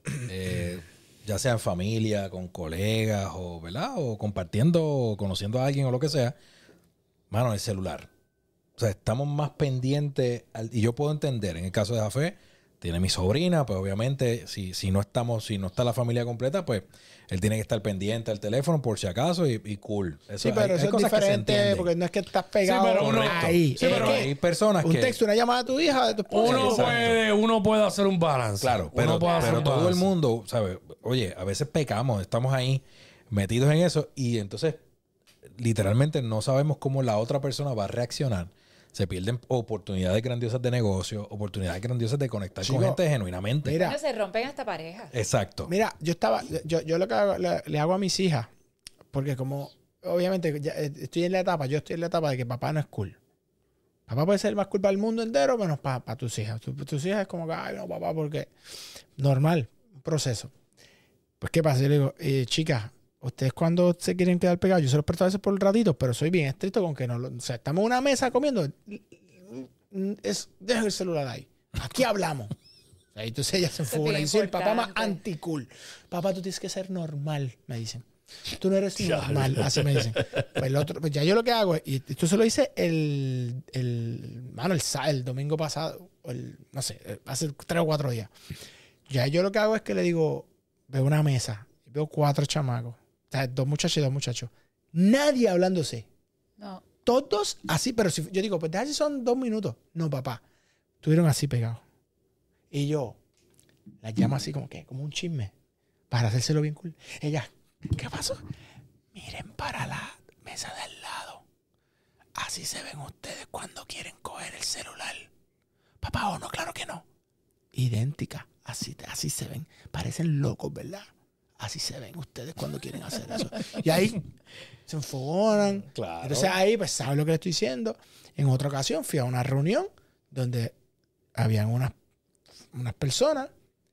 eh, ya sea en familia, con colegas, o, ¿verdad? O compartiendo, o conociendo a alguien o lo que sea, mano, el celular. O sea, estamos más pendientes, al- y yo puedo entender, en el caso de Jafé, tiene mi sobrina, pues obviamente, si, si no estamos, si no está la familia completa, pues él tiene que estar pendiente al teléfono por si acaso y, y cool. Eso, Sí, pero hay, eso hay es cosas que se diferente entienden. porque no es que estás pegado pero uno- ahí. Sí, Es pero que hay personas un que... texto, una llamada a tu hija, de tu esposa. Uno Exacto. puede, uno puede hacer un balance. Claro, Uno pero, puede hacer pero un todo el balance. mundo, ¿sabes? Oye, a veces pecamos, estamos ahí metidos en eso y entonces literalmente no sabemos cómo la otra persona va a reaccionar. Se pierden oportunidades grandiosas de negocio, oportunidades grandiosas de conectar Chico, con gente genuinamente. Mira, Bueno, se rompen hasta parejas. Exacto. Mira, yo estaba, yo, yo lo que hago- le, le hago a mis hijas, porque como, obviamente, ya, eh, estoy en la etapa, yo estoy en la etapa de que papá no es cool. Papá puede ser el más cool para el mundo entero, menos para tus hijas. Tu- tus hijas es como que, ay, no, papá, porque normal, un proceso. Pues, ¿qué pasa? Yo le digo, eh, chicas, ustedes cuando se quieren quedar pegados, yo se los presto a veces por ratitos, pero soy bien estricto con que no, lo- o sea, estamos en una mesa comiendo, es, deja el celular ahí. Aquí hablamos. O sea, entonces ella se Eso es enfoca. bien Y soy el papá más importante. anti-cool. Papá, tú tienes que ser normal, me dicen. Tú no eres normal, así me dicen. Pues, el otro, pues ya yo lo que hago, es- y esto se lo hice el, el, mano, el, sa- el domingo pasado, o el, no sé, hace tres o cuatro días. Ya yo lo que hago es que le digo, veo una mesa, veo cuatro chamacos, o sea, dos muchachos y dos muchachos. Nadie hablándose. No. Todos así, pero si yo digo, pues déjame si son dos minutos. No, papá. Estuvieron así pegados. Y yo las llamo así como que, como un chisme, para hacérselo bien cool. Ellas, ¿qué pasó? Miren para la mesa de al lado. Así se ven ustedes cuando quieren coger el celular. Papá, o no, claro que no. Idéntica. Así, así se ven. Parecen locos, ¿verdad? Así se ven ustedes cuando quieren hacer eso. Y ahí se enfogonan. Claro. Entonces ahí, pues, ¿sabes lo que le estoy diciendo? En otra ocasión fui a una reunión donde habían unas, unas personas.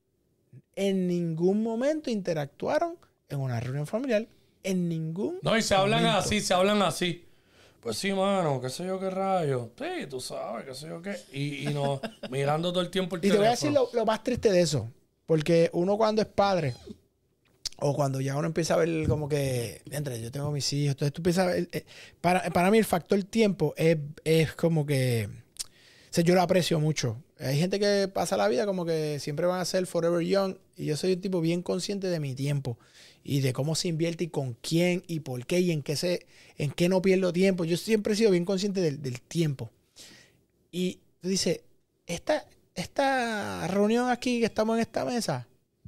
En ningún momento interactuaron en una reunión familiar. En ningún No, y se hablan momento. así, se hablan así. Pues sí, mano, qué sé yo qué rayo. Sí, tú sabes, qué sé yo qué. Y, y no, mirando todo el tiempo el Y te voy a decir teléfono. lo, lo más triste de eso. Porque uno cuando es padre, o cuando ya uno empieza a ver como que, entre yo tengo mis hijos, entonces tú empiezas a ver, eh, para, para mí el factor tiempo es, es como que, o sea, yo lo aprecio mucho. Hay gente que pasa la vida como que siempre van a ser forever young, y yo soy un tipo bien consciente de mi tiempo y de cómo se invierte y con quién y por qué y en qué, se, en qué no pierdo tiempo. Yo siempre he sido bien consciente del, del tiempo. Y tú dices, esta, esta reunión aquí que estamos en esta mesa,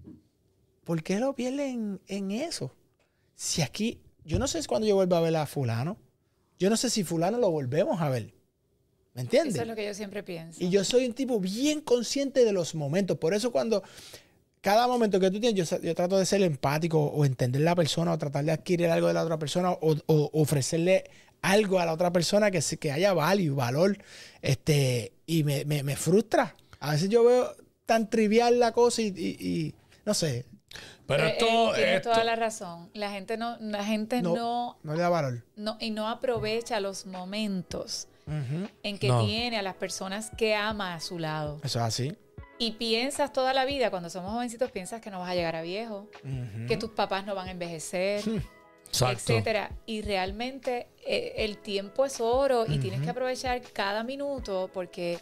¿por qué lo pierden en eso? Si aquí, yo no sé cuándo yo vuelvo a ver a fulano. Yo no sé si fulano lo volvemos a ver. ¿Me entiendes? Eso es lo que yo siempre pienso. Y yo soy un tipo bien consciente de los momentos. Por eso cuando cada momento que tú tienes, yo, yo trato de ser empático o entender la persona o tratar de adquirir algo de la otra persona o, o ofrecerle algo a la otra persona que, se- que haya value, valor. Este, y me, me, me frustra. A veces yo veo tan trivial la cosa y, y- y no sé, Pero Eh, esto, eh, tienes esto toda la razón. La gente no, la gente no, no, no le da valor. no, y no aprovecha los momentos Ujú. en que No. tiene a las personas que ama a su lado. Eso es así. Y piensas toda la vida, cuando somos jovencitos, piensas que no vas a llegar a viejo, Ujú. que tus papás no van a envejecer, exacto. etcétera. Y realmente eh, el tiempo es oro y tienes que aprovechar cada minuto porque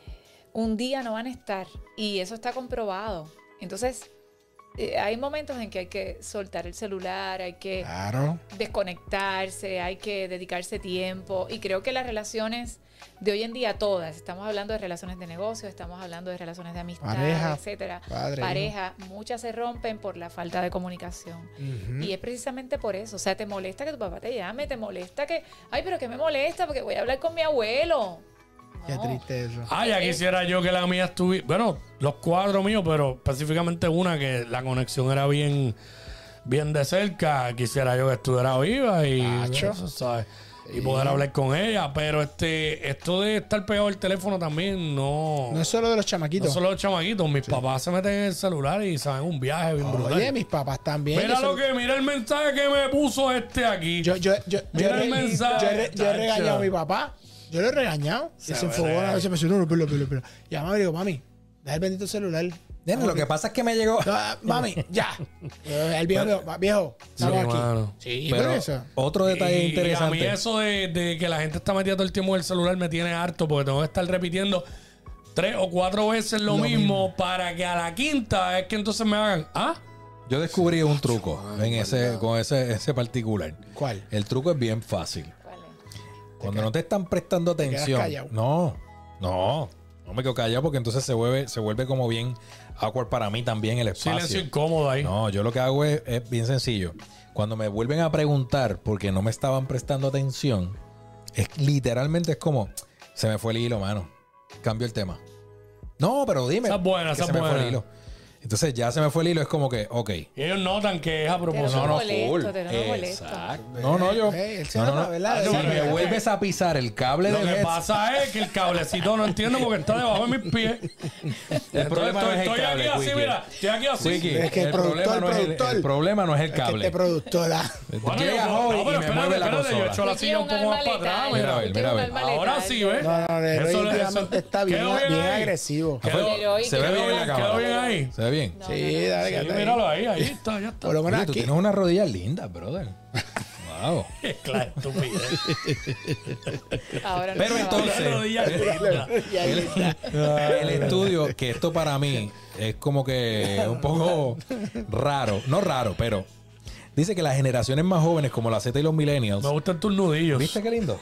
un día no van a estar y eso está comprobado. Entonces, eh, hay momentos en que hay que soltar el celular, hay que Claro. desconectarse, hay que dedicarse tiempo y creo que las relaciones de hoy en día todas, estamos hablando de relaciones de negocio, estamos hablando de relaciones de amistad, Pareja, etcétera, padre, pareja, muchas se rompen por la falta de comunicación. Ujú. Y es precisamente por eso, o sea, te molesta que tu papá te llame, te molesta que, ay, pero que me molesta porque voy a hablar con mi abuelo. Qué No. triste eso. Ah, ya quisiera yo que la mía estuviera. Bueno, los cuatro míos, pero específicamente una que la conexión era bien, bien de cerca. Quisiera yo que estuviera viva y, Tacho. eso, ¿sabes? Y poder hablar con ella. Pero este, esto de estar pegado al teléfono también no. No es solo de los No chamaquitos. solo los chamaquitos. Mis papás se meten en el celular y saben un viaje bien brutal. Oye, mis papás también. Mira Yo lo soy- que, mira el mensaje que me puso este aquí. Yo, yo, yo, yo, Mira he el re- mensaje, yo he re- yo he tacho. regañado a mi papá. Yo lo he regañado. Y se enfogona. A veces me dice, no, no, pero, pero, pero. Y a mami le digo, mami, deja el bendito celular. Nene, lo que pasa es que me llegó. No, ah, mami, ya. Eh, El viejo, le digo, viejo, estamos Sí, aquí. mano. Sí, Pero por eso. otro detalle Y- y a interesante. mí eso de, de que la gente está metida todo el tiempo en el celular me tiene harto porque tengo que estar repitiendo. tres o cuatro veces lo, Lo mismo, mismo. para que a la quinta es que entonces me hagan, ah, Yo descubrí un truco en ese, con ese, ese particular. ¿Cuál? El truco es bien fácil. ¿Cuál es? Cuando no te están prestando quedas atención. callado. No, no. No me quedo callado porque entonces se vuelve, se vuelve como bien awkward para mí también el espacio. silencio incómodo ahí. No, yo lo que hago es, es bien sencillo. Cuando me vuelven a preguntar porque no me estaban prestando atención, es literalmente es como, se me fue el hilo, mano. Cambio el tema. No, pero dime. Esa es buena, que esa se es me fue buena. el hilo. Entonces ya se me fue el hilo, es como que, ok. Y ellos notan que es a Te propósito. lo No, no, molesto, full. te lo molesto. Exacto. No, no, yo. Ey, él se no, no, nota, no. ¿verdad? Si Lo que- me vuelves a pisar el cable Lo del que headset, pasa es que el cablecito no entiendo porque está debajo de mis pies. el problema no estoy, es el estoy cable, aquí así, Quickie. mira. Estoy aquí así. Quickie, Es que el el, problema productor, no es el, productor. el problema no es el Es que cable. este productor, ah, Bueno, yo- Llega no, Joey y pero me espérate, mueve la espérate, yo he consola. hecho la silla un poco más para atrás. Mira, Mira, a ver, mira, a ver. ahora sí, ¿ves? no, no, el Eso- héroe eso- últimamente está bien, quedó bien bien ahí. agresivo. Quedó- Pero, ¿y se qué ve tal? bien en la Quedó cámara. bien ahí. Se ve bien. No, Sí, no, no. dale, Sí, que está míralo ahí. ahí, ahí está, ya está. Por lo menos Oye, tú aquí. tienes unas rodillas lindas, brother. Wow. Claro, estupidez. Ahora no Pero se va a entonces- hablar. Rodillas lindas. El, el estudio, que esto para mí es como que un poco raro. No raro, pero dice que las generaciones más jóvenes, como la Z y los millennials. Me gustan tus nudillos. ¿Viste qué lindo?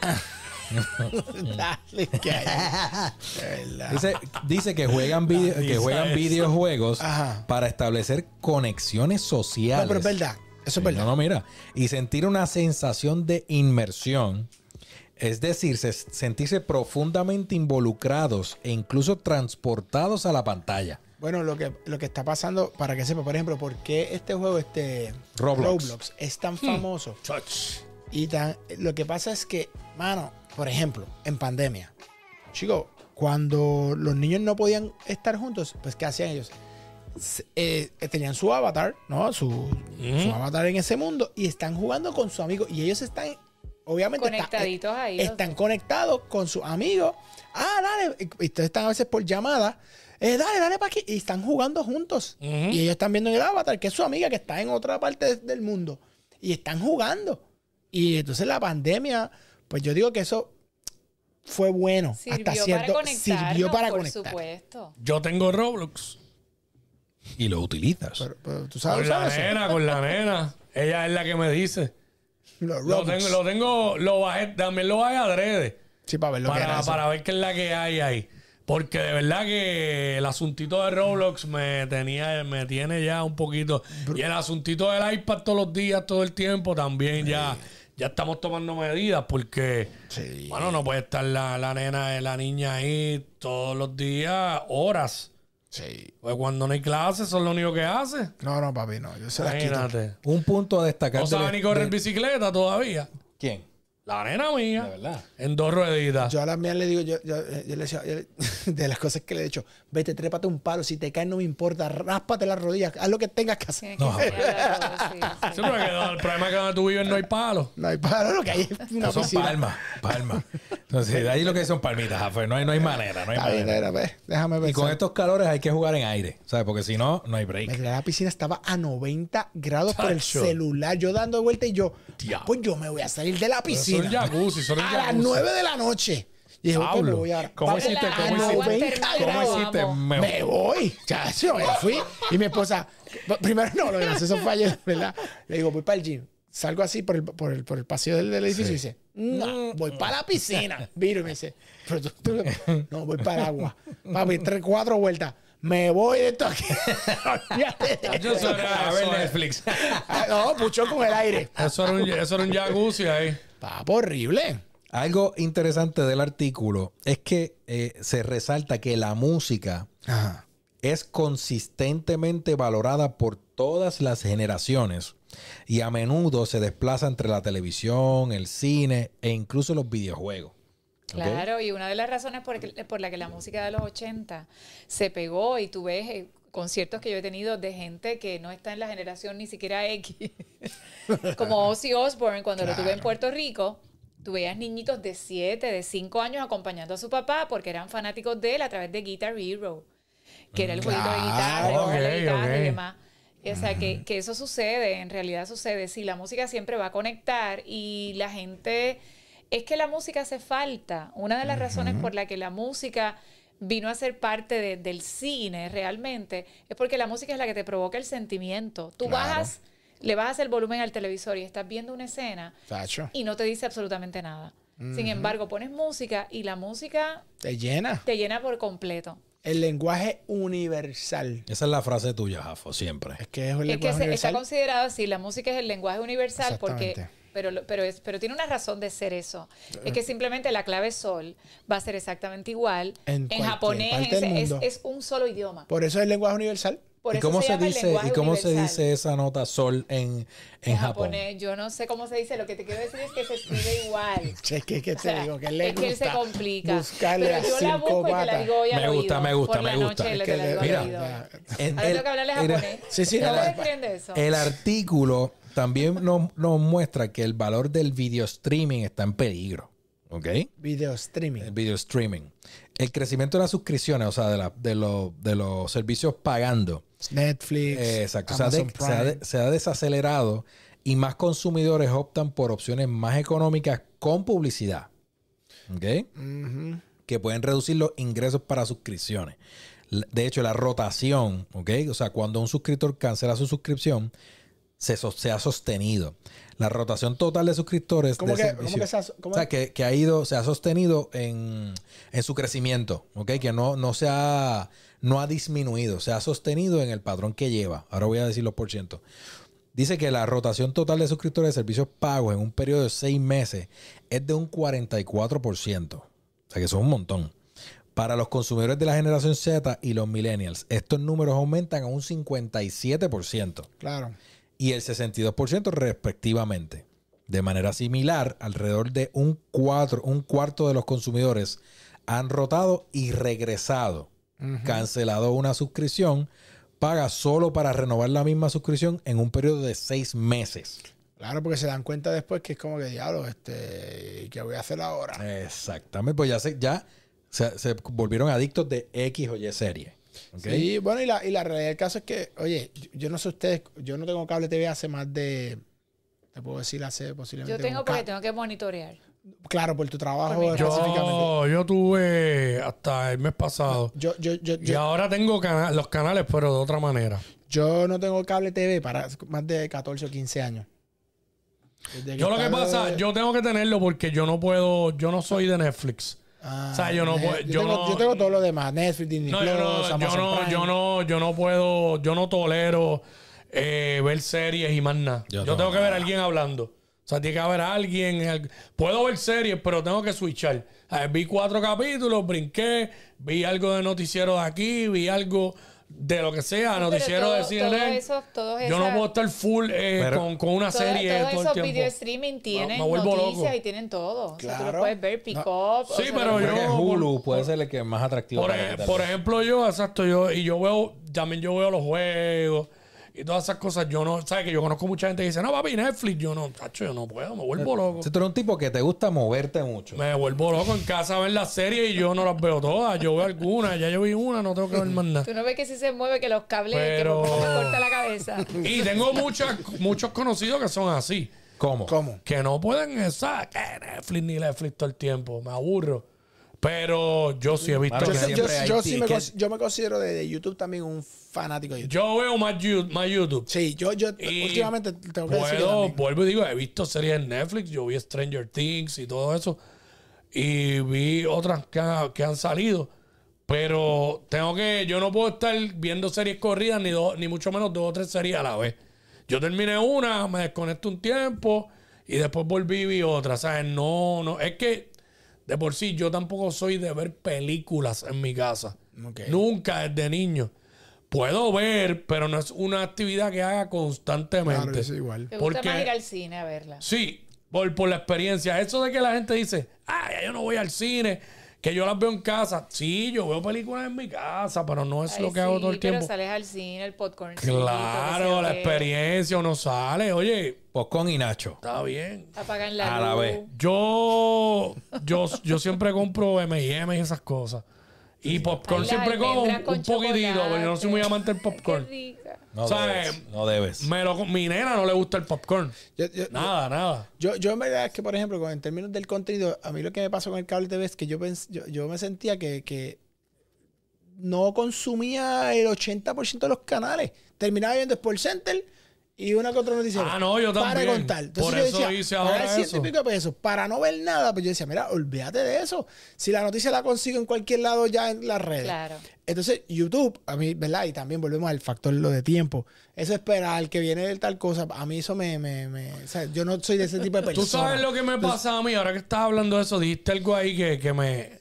Dale, que hay. De verdad. Dice, dice que juegan, vide- que Dice juegan eso. videojuegos Ajá. para establecer conexiones sociales. No, pero es verdad. Eso es Sí, verdad. No, no, mira. Y sentir una sensación de inmersión. Es decir, se- sentirse profundamente involucrados e incluso transportados a la pantalla. Bueno, lo que, lo que está pasando, para que sepa, por ejemplo, por qué este juego, este Roblox. es tan famoso. Chach. Y tan, lo que pasa es que, mano, por ejemplo, en pandemia, chicos, cuando los niños no podían estar juntos, pues ¿qué hacían ellos? Se- eh, tenían su avatar, ¿no? Su, su avatar en ese mundo y están jugando con su amigo y ellos están, obviamente, está- Conectaditos eh, ahí, los están dos. conectados con sus amigos. Ah, dale. Y y ustedes están a veces por llamada. Eh, dale, dale para aquí. Y están jugando juntos. Ujú. Y ellos están viendo en el avatar, que es su amiga que está en otra parte del mundo. Y están jugando. Y entonces la pandemia, pues yo digo que eso fue bueno. Sirvió hasta cierto para conectarnos, sirvió para por conectar. supuesto. Yo tengo Roblox. Y lo utilizas. Pero, pero tú Con sabes la usar eso. nena, con la nena. Ella es la que me dice. Los Lo Robux. tengo, lo tengo, lo bajé, también lo bajé adrede. Sí, para ver lo que era Para, eso. para ver qué es la que hay ahí. Porque de verdad que el asuntito de Roblox me tenía, me tiene ya un poquito. Y el asuntito del iPad todos los días, todo el tiempo, también ya, ya estamos tomando medidas. Porque, Sí. bueno, no puede estar la, la nena, la niña ahí todos los días, horas. Sí. Pues cuando no hay clases, son lo único que hace. No, no, papi, no. Yo se las quito. Imagínate. Un punto a destacar. No sabe del- ni correr del- bicicleta todavía. ¿Quién? La nena mía. De verdad. En dos rueditas. Yo a las mías le digo, yo, yo, yo le decía, yo le- de las cosas que le he dicho, vete, trépate un palo, si te caes no me importa, ráspate las rodillas, haz lo que tengas que hacer. Tienes que No, enseñarle a todos, sí, sí. Sí, pero que no, el problema es que donde tú vives no hay palo. No hay palo, lo que hay es una Son piscina. palmas. Palmas. Entonces, de ahí lo que son palmitas, Jafé. No hay, no hay manera. No hay Está bien, manera. mira, ve, déjame ver. Y con estos calores hay que jugar en aire. ¿Sabes? Porque si no, no hay break. La piscina estaba a noventa grados por el Chacho. celular, yo dando vuelta y yo, Diablo. pues yo me voy a salir de la Pero piscina. son jacuzzi, son a las jacuzzi. nueve de la noche. Y dije, pues me Pablo, voy ahora. ¿Cómo Papi, hiciste? La ¿Cómo agua hiciste? termal, ¿Cómo vamos. hiciste? Me- Me voy, chacho, me fui. Y mi esposa, primero no, lo gracioso fue ayer, ¿verdad? Le digo, voy para el gym. Salgo así por el, por el, por el pasillo del, del edificio y dice, no, voy para la piscina. Viro y me dice, pero tú, tú- no, voy para el agua. Papi, tres, cuatro vueltas. Me voy de esto aquí. Olvídate de Yo eso. soy- A ver Netflix. Ah, no, puchó con el aire. Eso era un, eso era un jacuzzi ahí. Papo, horrible. Algo interesante del artículo es que eh, se resalta que la música Ajá. es consistentemente valorada por todas las generaciones y a menudo se desplaza entre la televisión, el cine e incluso los videojuegos. ¿Ok? Claro, y una de las razones por, que- por la que la música de los ochenta se pegó y tú ves eh, conciertos que yo he tenido de gente que no está en la generación ni siquiera X, como Ozzy Osbourne cuando lo tuve en Puerto Rico, tú veías niñitos de siete, de cinco años acompañando a su papá porque eran fanáticos de él a través de Guitar Hero, que era el jueguito de guitarra, Claro, coger la ok, guitarra ok. y demás. O sea, que, que eso sucede, en realidad sucede. Sí, la música siempre va a conectar y la gente... Es que la música hace falta. Una de las razones por la que la música vino a ser parte de- del cine realmente, es porque la música es la que te provoca el sentimiento. Tú Claro. bajas, le bajas el volumen al televisor y estás viendo una escena Tacho, y no te dice absolutamente nada. Sin embargo, pones música y la música te llena. te llena por completo. El lenguaje universal. Esa es la frase tuya, Jafo, siempre. Es que es el Es que lenguaje se- está universal. considerado así, la música es el lenguaje universal porque, Exactamente. pero, lo- pero, es, pero tiene una razón de ser eso. Es que simplemente la clave sol va a ser exactamente igual. En En, cualquier japonés parte del es, es- mundo. es un solo idioma. Por eso es el lenguaje universal. Por ¿Y eso cómo se, se, llama el dice, lenguaje ¿y cómo se universal. dice esa nota sol en, en, En Japón? japonés, yo no sé cómo se dice, lo que te quiero decir es que se escribe igual. Che, es que, que O te sea, digo que le es que él se gusta complica. buscarle Pero a yo la busco y te la psicópata. digo hoy al Me gusta, oído. me gusta, Por la me gusta. noche Es le- que te la le- digo al mira, oído. ya. En Ahora el- tengo que hablarle mira, japonés. Sí, sí, ¿No no, ustedes pa- creen de eso? El artículo también nos, nos muestra que el valor del video streaming está en peligro. ¿Ok? Video streaming. El video streaming. El crecimiento de las suscripciones, o sea, de, la- de, los- de los servicios pagando. Netflix. Eh, exacto. Se ha, de- Amazon se, ha de- Prime. se ha desacelerado y más consumidores optan por opciones más económicas con publicidad. ¿Ok? Ujú. Que pueden reducir los ingresos para suscripciones. L- De hecho, la rotación, ¿ok? O sea, cuando un suscriptor cancela su suscripción, se, so- se ha sostenido. La rotación total de suscriptores ¿Cómo de que- servicio- cómo que se ha- cómo- o sea, que, que ha ido, se ha sostenido en, en su crecimiento, ¿ok? Que no, no se ha, no ha disminuido, se ha sostenido en el patrón que lleva. Ahora voy a decir los por ciento. Dice que la rotación total de suscriptores de servicios pagos en un periodo de seis meses es de un cuarenta y cuatro por ciento. O sea, que eso es un montón. Para los consumidores de la generación Z y los millennials, estos números aumentan a un cincuenta y siete por ciento Claro. y el sesenta y dos por ciento respectivamente. De manera similar, alrededor de un, cuatro, un cuarto de los consumidores han rotado y regresado, cancelado una suscripción, paga solo para renovar la misma suscripción en un periodo de seis meses. Claro, porque se dan cuenta después que es como que diablo, este, ¿qué voy a hacer ahora? Exactamente, pues ya se, ya se, se volvieron adictos de X o Y serie. ¿Ok? Sí, bueno, y la, y la realidad del caso es que, oye, yo, yo no sé ustedes, yo no tengo cable T V hace más de, te puedo decir, hace posiblemente. Yo tengo como porque ca- tengo que monitorear. Claro, por tu trabajo Por mi trabajo. específicamente. Yo, yo tuve hasta el mes pasado. Yo, yo, yo, Y yo, ahora tengo cana- los canales, pero de otra manera. yo no tengo cable T V para más de catorce o quince años. Desde Yo lo que estaba- pasa, yo tengo que tenerlo porque yo no puedo, yo no soy de Netflix. Ah, o sea, yo no Net- puedo- Yo, yo tengo, no- yo tengo todo lo demás, Netflix, Disney No, Plus, yo no, yo Amazon no, Prime. yo no, yo no puedo, yo no tolero eh, ver series y más nada. Yo Yo, tengo que ver a tampoco. alguien hablando. O sea, tiene que haber alguien. al- Puedo ver series, pero tengo que switchar. A ver, vi cuatro capítulos, brinqué, vi algo de noticiero de aquí, vi algo de lo que sea, noticiero Pero de todo- C N N. todo eso- todos Yo no esas- puedo estar full eh, Pero- con, con una Todo- serie todos todo el esos tiempo. video streaming tienen me vuelvo noticias loco. y tienen todo. O sea, tú Claro. lo puedes ver, pick up. o Sí, sea, pero lo yo- Creo que puedes- Hulu puede ser el que es más atractivo. Por, para ej- meterlo. por ejemplo, yo, exacto, yo, y yo veo, también yo veo los juegos y todas esas cosas. Yo no, ¿sabes? Que yo conozco mucha gente que dice, no, papi, Netflix. Yo no, tacho, yo no puedo, me vuelvo loco. Si tú eres un tipo que te gusta moverte mucho. Me vuelvo loco en casa a ver las series y yo no las veo todas. Yo veo algunas, ya yo vi una, no tengo que ver más nada. Tú no ves que si se mueve, que los cables, Pero- que por poco me corta la cabeza. Y tengo muchas, muchos conocidos que son así. ¿Cómo? ¿Cómo? Que no pueden estar, que Netflix ni Netflix todo el tiempo. Me aburro. Pero yo sí he visto Claro Yo, que que yo- siempre hay yo sí me, tickets. cons- yo me considero de, de YouTube también un fanático de YouTube. yo veo más, You- más YouTube. Sí, yo, yo Y últimamente tengo que decir puedo, vuelvo y digo, he visto series en Netflix, yo vi Stranger Things y todo eso. Y vi otras que han, que han salido. Pero tengo que, yo no puedo estar viendo series corridas, ni dos, ni mucho menos dos o tres series a la vez. Yo terminé una, me desconecto un tiempo y después volví y vi otra. ¿Sabes? No, no, es que de por sí yo tampoco soy de ver películas en mi casa. Ok. Nunca desde niño. Puedo ver, pero no es una actividad que haga constantemente. Claro, es igual. ¿Te gusta Porque- más ir al cine a verla? Sí, por, por la experiencia. Eso de que la gente dice, ah, ya yo no voy al cine, que yo las veo en casa. Sí, yo veo películas en mi casa, pero no es Ay, lo que hago sí, todo el pero tiempo. sales al cine, el popcorn. Claro, la experiencia uno sale. Oye, Popcorn y Nacho. está bien. Apagan la A la luz. vez. Yo, yo, yo siempre compro M y M y esas cosas. Y popcorn Ay, las siempre como un, almendras con un poquitito, chocolate. porque yo no soy muy amante del Qué popcorn. rica. No ¿Sabes? debes. No debes. Me lo, mi nena no le gusta el popcorn. Yo, yo- Nada, nada. yo, yo en verdad es que, por ejemplo, con- en términos del contenido, a mí lo que me pasó con el cable T V es que yo, pens- yo, yo me sentía que, que no consumía el ochenta por ciento de los canales. Terminaba viendo Sports Center y una que otra noticia. Ah, no, yo Para también. contar. Entonces Por yo eso decía, hice pagar ahora ciento eso. y pico de pesos para no ver nada. Pues yo decía, mira, olvídate de eso. Si la noticia la consigo en cualquier lado ya en las redes. Claro. Entonces, YouTube, a mí, ¿verdad? Y también volvemos al factor lo de tiempo. Eso esperar que viene de tal cosa, a mí eso me... me, me o sea, yo no soy de ese tipo de persona. Tú sabes lo que me pasa a mí, ahora que estás hablando de eso, dijiste algo ahí que, que me...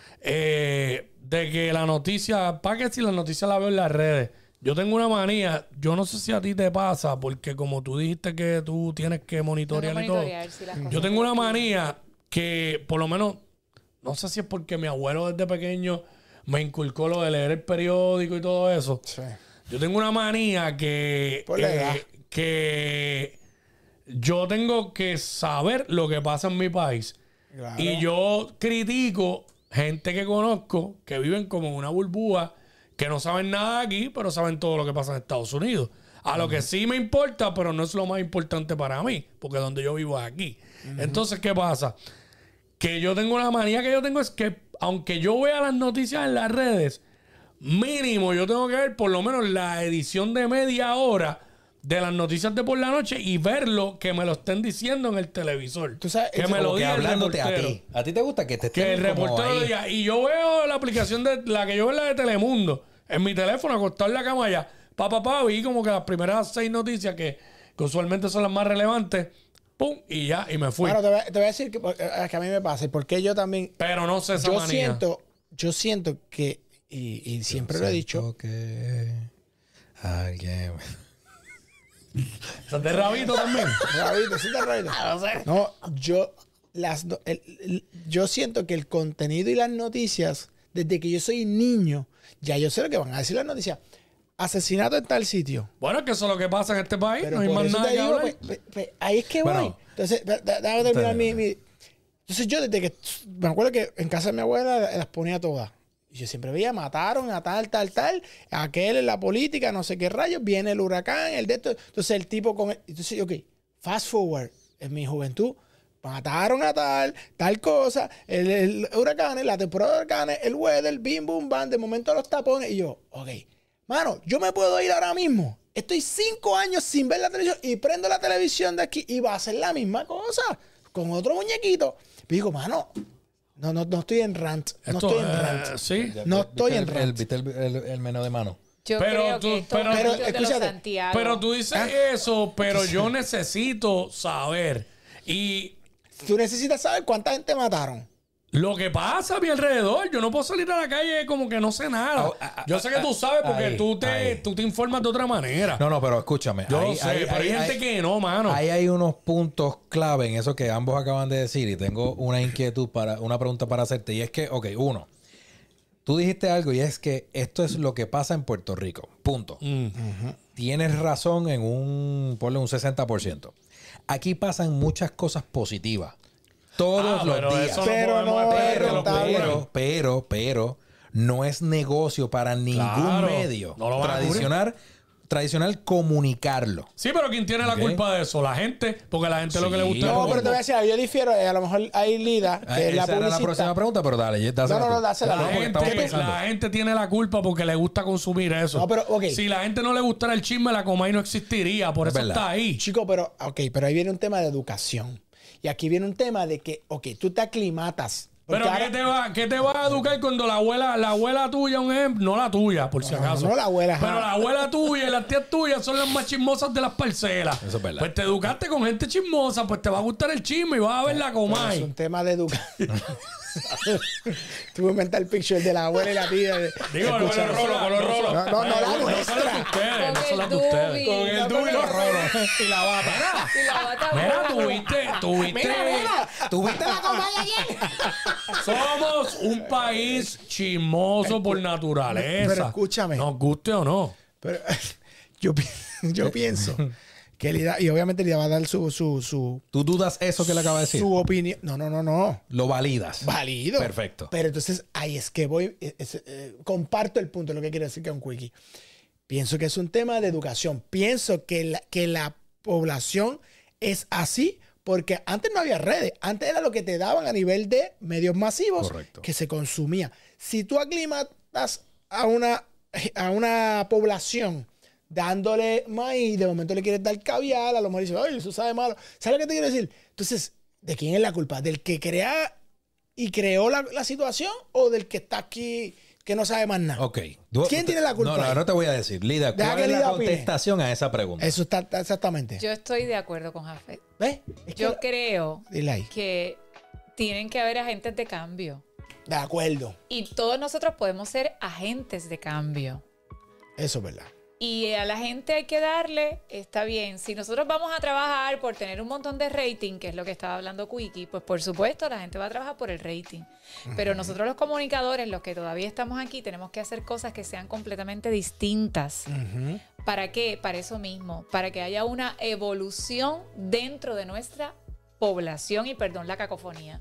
eh, de que la noticia, para que si la noticia la veo en las redes, yo tengo una manía, yo no sé si a ti te pasa, porque como tú dijiste que tú tienes que monitorear y todo, monitorear si las yo cosas tengo una no- manía que por lo menos, no sé si es porque mi abuelo desde pequeño me inculcó lo de leer el periódico y todo eso. Sí. Yo tengo una manía que, Por la edad. eh, que yo tengo que saber lo que pasa en mi país. Claro. Y yo critico gente que conozco que viven como en una burbuja, que no saben nada aquí, pero saben todo lo que pasa en Estados Unidos. A lo que sí me importa, pero no es lo más importante para mí, porque donde yo vivo es aquí. Entonces, ¿qué pasa? Que yo tengo una manía que yo tengo es que, aunque yo vea las noticias en las redes, mínimo yo tengo que ver por lo menos la edición de media hora de las noticias de por la noche y verlo que me lo estén diciendo en el televisor. Tú sabes, que es me lo Como que diga el hablándote a reportero. ti. ¿A ti te gusta que te estén Que el como reportero ahí? lo diga. Y yo veo la aplicación de la que yo veo la de Telemundo en mi teléfono, acostado en la cama allá. Pa, pa, pa, vi como que las primeras seis noticias que, que usualmente son las más relevantes. Pum, y ya, y me fui. Bueno, te voy, a- te voy a decir que, eh, que a mí me pasa. Y porque yo también... Pero no sé esa Yo manía. siento, yo siento que... Y, y siempre lo he dicho. Siento que alguien... ¿Estás de rabito también? Rabito, sí te rabito. No, yo, las, no- el- el- yo siento que el contenido y las noticias, desde que yo soy niño, ya yo sé lo que van a decir las noticias. Asesinato en tal sitio. Bueno, es que eso es lo que pasa en este país. Pero no hay por más eso nada te que digo, hablar. pues, pues, pues, ahí es que voy. Bueno. Entonces, da- da- déjame terminar mi, mi- Entonces yo desde que... Me acuerdo que en casa de mi abuela las ponía todas. Y yo siempre veía, mataron a tal, tal, tal. Aquel en la política, no sé qué rayos. Viene el huracán, el de esto. Entonces el tipo con... el- entonces, ok, fast forward. En mi juventud, mataron a tal, tal cosa. El, el huracán, la temporada de huracanes, el weather, bim, bum, bam. De momento los tapones. Y yo, ok. Mano, yo me puedo ir ahora mismo. Estoy cinco años sin ver la televisión y prendo la televisión de aquí y va a ser la misma cosa con otro muñequito. Y digo, mano, no, no, no estoy en rant. No Esto, estoy en eh, rant. sí. No estoy ¿Viste en el, el, rant. ¿Viste el, el, el menú de mano? Yo Pero creo tú- que esto pero- es pero, de los escúchate, Santiago. Pero tú dices ¿Ah? eso, pero yo necesito saber. Y Tú necesitas saber cuánta gente mataron. lo que pasa a mi alrededor, yo no puedo salir a la calle como que no sé nada. Ah, ah, Yo sé que tú sabes porque ahí, tú, te, ahí. tú te informas de otra manera. No, no, pero escúchame. Yo ahí- lo sé, ahí- pero hay ahí- gente ahí- que no, mano. Ahí hay unos puntos clave en eso que ambos acaban de decir y tengo una inquietud para una pregunta para hacerte y es que, ok, uno, tú dijiste algo y es que esto es lo que pasa en Puerto Rico, punto. Mm. Tienes razón en un, ponle un sesenta por ciento. Aquí pasan muchas cosas positivas todos Ah, los pero días. eso no Pero podemos no esperar es que lo rentable. cubran. Pero, pero, pero, no es negocio para ningún Claro, medio no lo van a tradicional, tradicional comunicarlo. Sí, pero ¿quién tiene la Ok. culpa de eso? La gente, porque la gente lo que le Sí. gusta es No, robo. pero te voy a decir, algo, yo difiero. eh, A lo mejor hay Lida, que Ah, es la esa era la próxima publicista. pregunta, pero dale, dásela No, no, no, tú. dásela. La No, porque gente, estamos pensando. la gente tiene la culpa porque le gusta consumir eso. No, pero, ok. Si la gente no le gustara el chisme, la Comay no existiría. Por Es eso verdad. está ahí. Chico, pero, ok, pero ahí viene un tema de educación. Y aquí viene un tema de que, ok, tú te aclimatas. Porque Pero ahora- ¿qué te, va, ¿qué te va a educar cuando la abuela, la abuela tuya, un ejemplo, no la tuya, por si No, acaso? no la abuela, Pero ajá. la abuela tuya y las tías tuyas son las más chismosas de las parcelas. Eso es verdad. Pues te educaste con gente chismosa, pues te va a gustar el chisme y vas a ver la Es Comay. un tema de educación. Tú inventas el picture de la abuela y la tía. de- Digo, con escucha, los rolos, con los rolos. No, no, no, la No son nuestra. las de ustedes, no Con son las de el ustedes. dubi, Con el no dubi y con los el rolos. Y la bata. Y la bata Mira, buena. tuviste, tuviste. ¿Tuviste la copa ayer? Somos un país chismoso por naturaleza. pero escúchame. Nos guste o no. Pero yo, pi- yo pienso que Lida, y obviamente Lida va a dar su, su, su, ¿Tú dudas eso que le acaba de decir? su opinión. No, no, no, no. Lo validas. Válido. Perfecto. Pero entonces ahí es que voy, es- es- eh, comparto el punto, lo que quiero decir que es un quickie. Pienso que es un tema de educación. Pienso que la, que la población es así porque antes no había redes. Antes era lo que te daban a nivel de medios masivos Correcto. que se consumía. Si tú aclimatas a una, a una población dándole maíz, de momento le quieres dar caviar, a lo mejor dice, ay, eso sabe malo. ¿Sabes lo que te quiero decir? Entonces, ¿de quién es la culpa? ¿Del que crea y creó la, la situación o del que está aquí que no sabe más nada? Ok. ¿Quién tiene la culpa No, no, ahí? ahora te voy a decir, Lida, Deja ¿cuál que es la Lida opine. contestación a esa pregunta? Eso está está exactamente. Yo estoy de acuerdo con Jafet. ¿Ves? Es que- Yo creo Dile ahí. que tienen que haber agentes de cambio. De acuerdo. Y todos nosotros podemos ser agentes de cambio. Eso es verdad. Y a la gente hay que darle, está bien. Si nosotros vamos a trabajar por tener un montón de rating, que es lo que estaba hablando Quickie, pues por supuesto la gente va a trabajar por el rating. Pero nosotros los comunicadores, los que todavía estamos aquí, tenemos que hacer cosas que sean completamente distintas. Ujú. ¿Para qué? Para eso mismo. Para que haya una evolución dentro de nuestra población y perdón la cacofonía.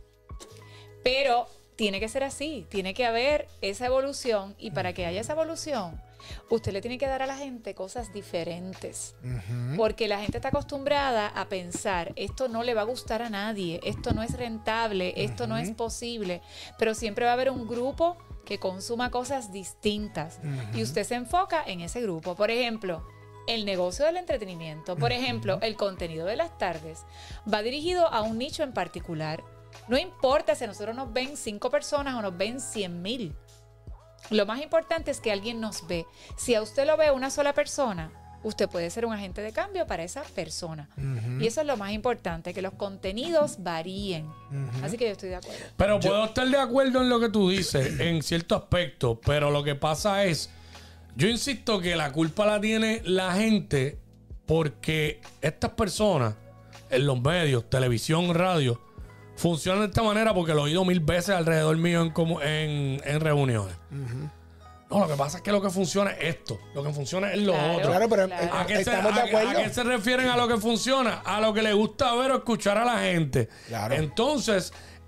Pero tiene que ser así. Tiene que haber esa evolución y para que haya esa evolución, usted le tiene que dar a la gente cosas diferentes. Ujú. Porque la gente está acostumbrada a pensar, esto no le va a gustar a nadie, esto no es rentable, esto no es posible. Pero siempre va a haber un grupo que consuma cosas distintas. Y usted se enfoca en ese grupo. Por ejemplo, el negocio del entretenimiento. Por ejemplo, el contenido de las tardes va dirigido a un nicho en particular. No importa si a nosotros nos ven cinco personas o nos ven cien mil. Lo más importante es que alguien nos ve. Si a usted lo ve una sola persona, usted puede ser un agente de cambio para esa persona. Y eso es lo más importante, que los contenidos varíen. Así que yo estoy de acuerdo. Pero puedo estar de acuerdo en lo que tú dices, en cierto aspecto, pero lo que pasa es, yo insisto que la culpa la tiene la gente porque estas personas en los medios, televisión, radio, funcionan de esta manera porque lo he oído mil veces alrededor mío en, como- en, en reuniones. No, lo que pasa es que lo que funciona es esto, lo que funciona es lo Claro. otro. Claro, pero Claro. eh, ¿A qué, se, estamos de a- acuerdo. a qué se refieren a lo que funciona? A lo que le gusta ver o escuchar a la gente. Claro. Entonces,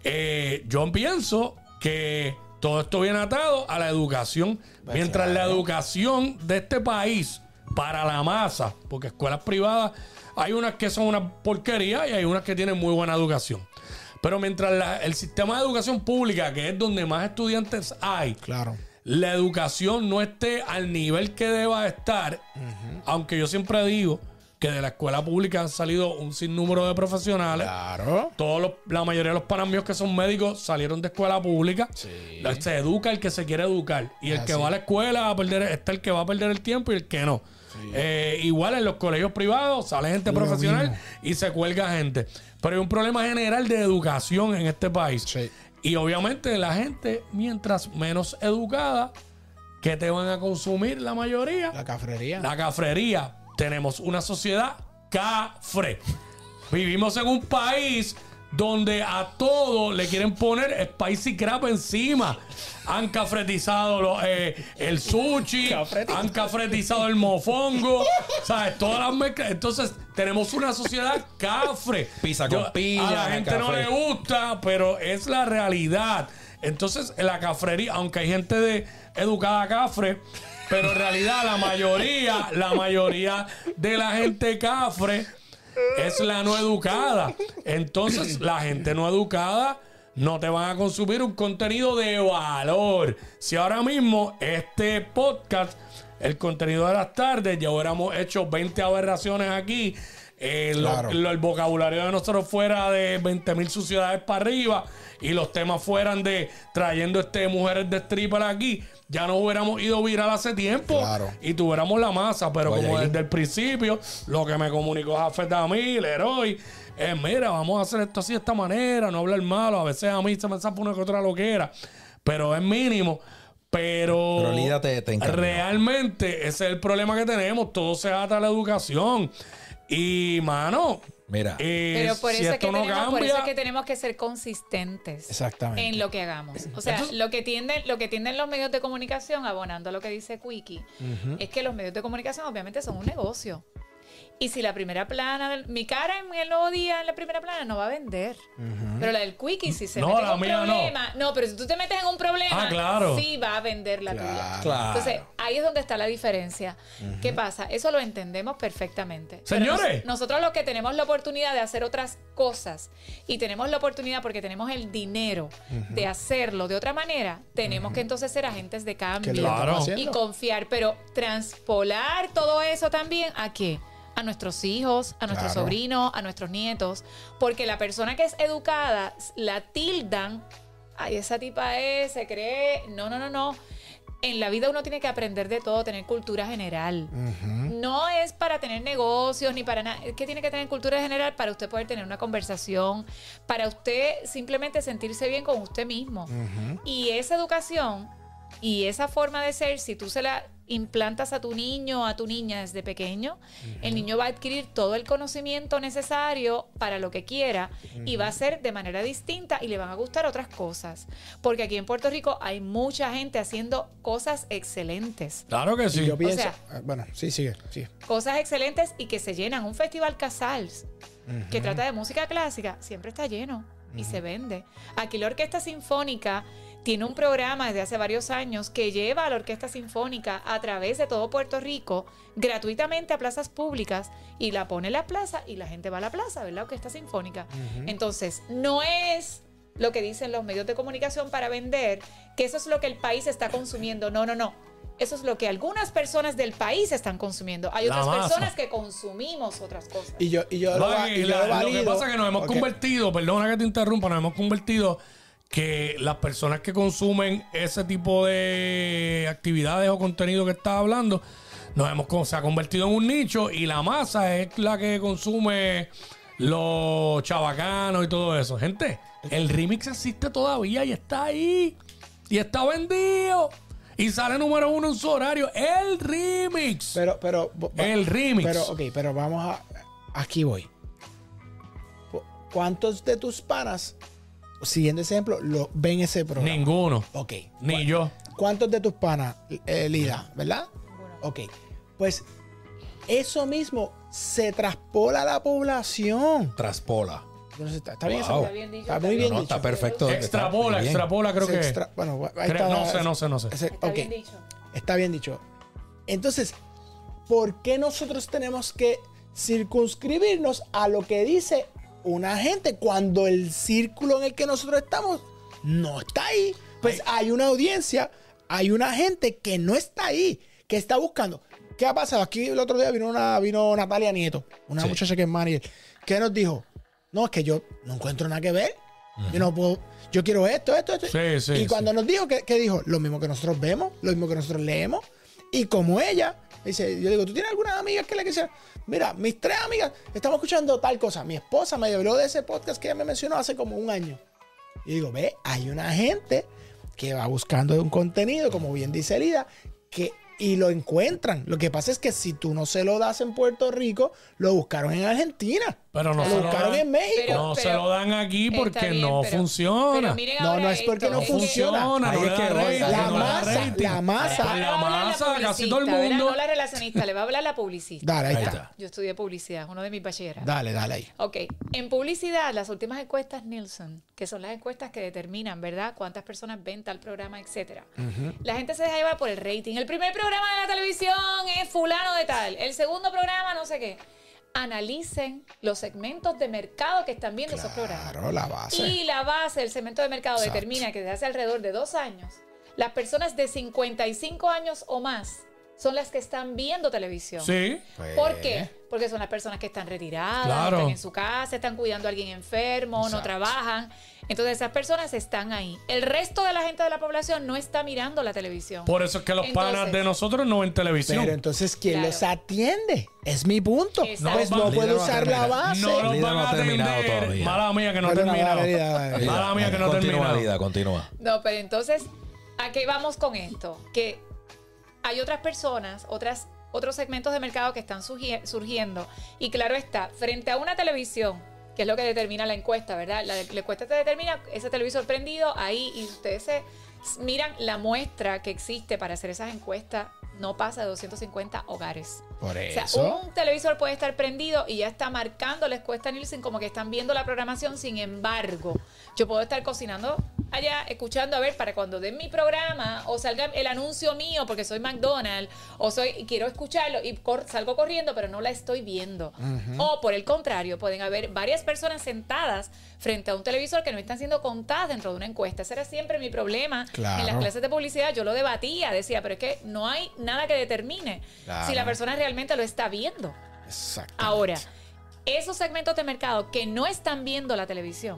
eh, yo pienso que todo esto viene atado a la educación. Pues Mientras la claro. educación de este país para la masa, porque escuelas privadas hay unas que son una porquería y hay unas que tienen muy buena educación. Pero mientras la- el sistema de educación pública, que es donde más estudiantes hay, Claro. la educación no esté al nivel que deba estar, aunque yo siempre digo que de la escuela pública han salido un sinnúmero de profesionales. Claro. Todos los- la mayoría de los panas míos que son médicos salieron de escuela pública. Se educa el que se quiere educar. Y el Ah, que sí. va a la escuela va a perder, está el que va a perder el tiempo y el que no. Eh, igual en los colegios privados sale gente Lo profesional mismo. y se cuelga gente. Pero hay un problema general de educación en este país. Sí. Y obviamente la gente, mientras menos educada, ¿qué te van a consumir la mayoría? La cafrería. La cafrería. Tenemos una sociedad cafre. Vivimos en un país donde a todo le quieren poner spicy crap encima. Han cafretizado lo- eh, el sushi, han cafretizado el mofongo, ¿sabes? Todas las mezclas. Entonces, tenemos una sociedad cafre. Pizza con piña, A la gente no café. le gusta, pero es la realidad. Entonces, la cafrería, aunque hay gente de educada cafre, pero en realidad la mayoría, la mayoría de la gente cafre es la no educada. Entonces, la gente no educada no te van a consumir un contenido de valor. Si ahora mismo este podcast, el contenido de las tardes, ya hubiéramos hecho veinte aberraciones aquí, eh, lo- Claro. lo- el vocabulario de nosotros fuera de veinte mil suciedades para arriba y los temas fueran de trayendo este mujeres de stripper aquí, ya nos hubiéramos ido viral hace tiempo Claro. y tuviéramos la masa. Pero Oye, como ahí. desde el principio, lo que me comunicó Jafet a mí, Leroy, es mira, vamos a hacer esto así de esta manera, no hablar malo. A veces a mí se me zapa una que otra loquera, pero es mínimo. Pero, Pero Lida te- te encaminó. realmente ese es el problema que tenemos. Todo se ata a la educación. Y, mano, Mira, eh, Pero por si eso, es esto que no tenemos, por cambia, eso es que tenemos que ser consistentes Exactamente. en lo que hagamos. O sea, lo que tienden, lo que tienden los medios de comunicación, abonando a lo que dice Quickie, es que los medios de comunicación obviamente son un negocio. Y si la primera plana, mi cara en el Nuevo Día en la primera plana no va a vender. Pero la del Quickie, si se No, mete la en un mía no. problema. No. pero si tú te metes en un problema, Ah, claro. sí va a vender la Claro. tuya. Claro. Entonces, ahí es donde está la diferencia. ¿Qué pasa? Eso lo entendemos perfectamente. Pero Señores. nos- nosotros los que tenemos la oportunidad de hacer otras cosas y tenemos la oportunidad porque tenemos el dinero de hacerlo de otra manera, tenemos que entonces ser agentes de cambio Que lo Claro. estamos y haciendo. confiar, pero transpolar todo eso también ¿a qué? A nuestros hijos, a nuestros Claro. sobrinos, a nuestros nietos, porque la persona que es educada la tildan, ay, esa tipa es, se cree, no, no, no, no. En la vida uno tiene que aprender de todo, tener cultura general. No es para tener negocios ni para nada. Es que tiene que tener cultura general para usted poder tener una conversación, para usted simplemente sentirse bien con usted mismo. Y esa educación y esa forma de ser, si tú se la implantas a tu niño o a tu niña desde pequeño, el niño va a adquirir todo el conocimiento necesario para lo que quiera y va a ser de manera distinta y le van a gustar otras cosas. Porque aquí en Puerto Rico hay mucha gente haciendo cosas excelentes. Claro que Y sí. yo pienso, sea- eh, bueno, sí, sigue, sigue. Cosas excelentes y que se llenan. Un festival Casals que trata de música clásica siempre está lleno y se vende. Aquí la Orquesta Sinfónica tiene un programa desde hace varios años que lleva a la Orquesta Sinfónica a través de todo Puerto Rico gratuitamente a plazas públicas y la pone en la plaza y la gente va a la plaza, ¿verdad? Orquesta Sinfónica. Entonces, no es lo que dicen los medios de comunicación para vender, que eso es lo que el país está consumiendo. No, no, no. Eso es lo que algunas personas del país están consumiendo. Hay La otras masa. personas que consumimos otras cosas. Y yo, y yo, No, lo, va- y y yo la- lo lo que valido. pasa es que nos hemos Ok. convertido, perdona que te interrumpa, nos hemos convertido que las personas que consumen ese tipo de actividades o contenido que estás hablando, nos hemos co- se ha convertido en un nicho y la masa es la que consume los chavacanos y todo eso. Gente, el remix existe todavía y está ahí. Y está vendido. Y sale número uno en su horario. El remix. Pero, pero. va- El remix. Pero, ok, pero vamos a. Aquí voy. ¿Cuántos de tus panas, siguiendo ese ejemplo, lo, ven ese programa? Ninguno. Ok. Ni ¿Cu- yo. ¿Cuántos de tus panas, eh, Lida, verdad? Ok. Pues eso mismo se traspola a la población. Traspola. Entonces, ¿está, está bien Wow. eso? Está bien dicho, Está está muy bien bien No, dicho. está perfecto. Extrapola, Está bien. extrapola, creo Se que. extra- bueno, ahí Creo- está. no sé, no sé, no sé. Ese- Está ok. bien dicho. Está bien dicho. Entonces, ¿por qué nosotros tenemos que circunscribirnos a lo que dice una gente cuando el círculo en el que nosotros estamos no está ahí? Pues hay una audiencia, hay una gente que no está ahí, que está buscando. ¿Qué ha pasado? Aquí el otro día vino, una, vino Natalia Nieto, una Sí. muchacha que es manager, que nos dijo, no, es que yo no encuentro nada que ver. Yo no puedo, yo quiero esto, esto, esto. Sí, sí, y cuando sí. nos dijo, ¿qué, qué dijo? Lo mismo que nosotros vemos, lo mismo que nosotros leemos. Y como ella, dice, yo digo, ¿tú tienes algunas amigas que le quisieran? Mira, mis tres amigas, estamos escuchando tal cosa. Mi esposa me habló de ese podcast que ella me mencionó hace como un año. Y digo, ve, hay una gente que va buscando un contenido, como bien dice Lida, que, y lo encuentran. Lo que pasa es que si tú no se lo das en Puerto Rico, lo buscaron en Argentina. Pero no lo se lo buscaron dan, en México. Pero- no se lo dan aquí Está porque bien, no pero- funciona. pero miren No, ahora no es porque esto, no es que- funciona. funciona, Ahí no es le que da voy. rating, La no le da masa, rating. la masa. Pues la Ahora va a hablar masa, casi publicista, todo el ¿verdad? mundo. No la relacionista, le va a hablar la publicista. Dale, ahí, Ahí está. está. Yo estudié publicidad, es uno de mis bachilleratos. Dale, dale ahí. Ok, en publicidad, las últimas encuestas Nielsen, que son las encuestas que determinan, ¿verdad?, cuántas personas ven tal programa, etcétera. La gente se deja llevar por el rating. El primer programa de la televisión es fulano de tal. El segundo programa, no sé qué. Analicen los segmentos de mercado que están viendo esos programas. Claro, la base. Y la base del segmento de mercado Exacto. determina que desde hace alrededor de dos años, las personas de cincuenta y cinco años o más son las que están viendo televisión. Sí. ¿Por qué? Porque son las personas que están retiradas, Claro. están en su casa, están cuidando a alguien enfermo, no Exacto. trabajan. Entonces esas personas están ahí. El resto de la gente de la población no está mirando la televisión. Por eso es que los Entonces- panas de nosotros no ven televisión. Pero entonces, ¿quién Claro. los atiende? Es mi punto. Exacto. Pues no, No, puede Lida no usar la termina. base. no los Lida van no a ha terminado atender. todavía. Mala mía que no ha Perdona, terminado. dale, dale, dale. Mala mía que no ha Continúa, terminado. Lida, continúa. No, pero entonces, ¿a qué vamos con esto? Que hay otras personas, otras, otros segmentos de mercado que están surgi- surgiendo. Y claro está, frente a una televisión, que es lo que determina la encuesta, ¿verdad? La, la encuesta te determina ese televisor prendido ahí y ustedes se miran la muestra que existe para hacer esas encuestas no pasa de doscientos cincuenta hogares. Por O sea, eso. un televisor puede estar prendido y ya está marcando la encuesta Nielsen como que están viendo la programación. Sin embargo, yo puedo estar cocinando allá, escuchando a ver para cuando den mi programa o salga el anuncio mío porque soy McDonald's o soy y quiero escucharlo y cor- salgo corriendo, pero no la estoy viendo. Uh-huh. O por el contrario, pueden haber varias personas sentadas frente a un televisor que no están siendo contadas dentro de una encuesta. Ese era siempre mi problema. Claro. En las clases de publicidad yo lo debatía, decía, pero es que no hay nada que determine Claro. si la persona realmente lo está viendo. Exactamente. Ahora, esos segmentos de mercado que no están viendo la televisión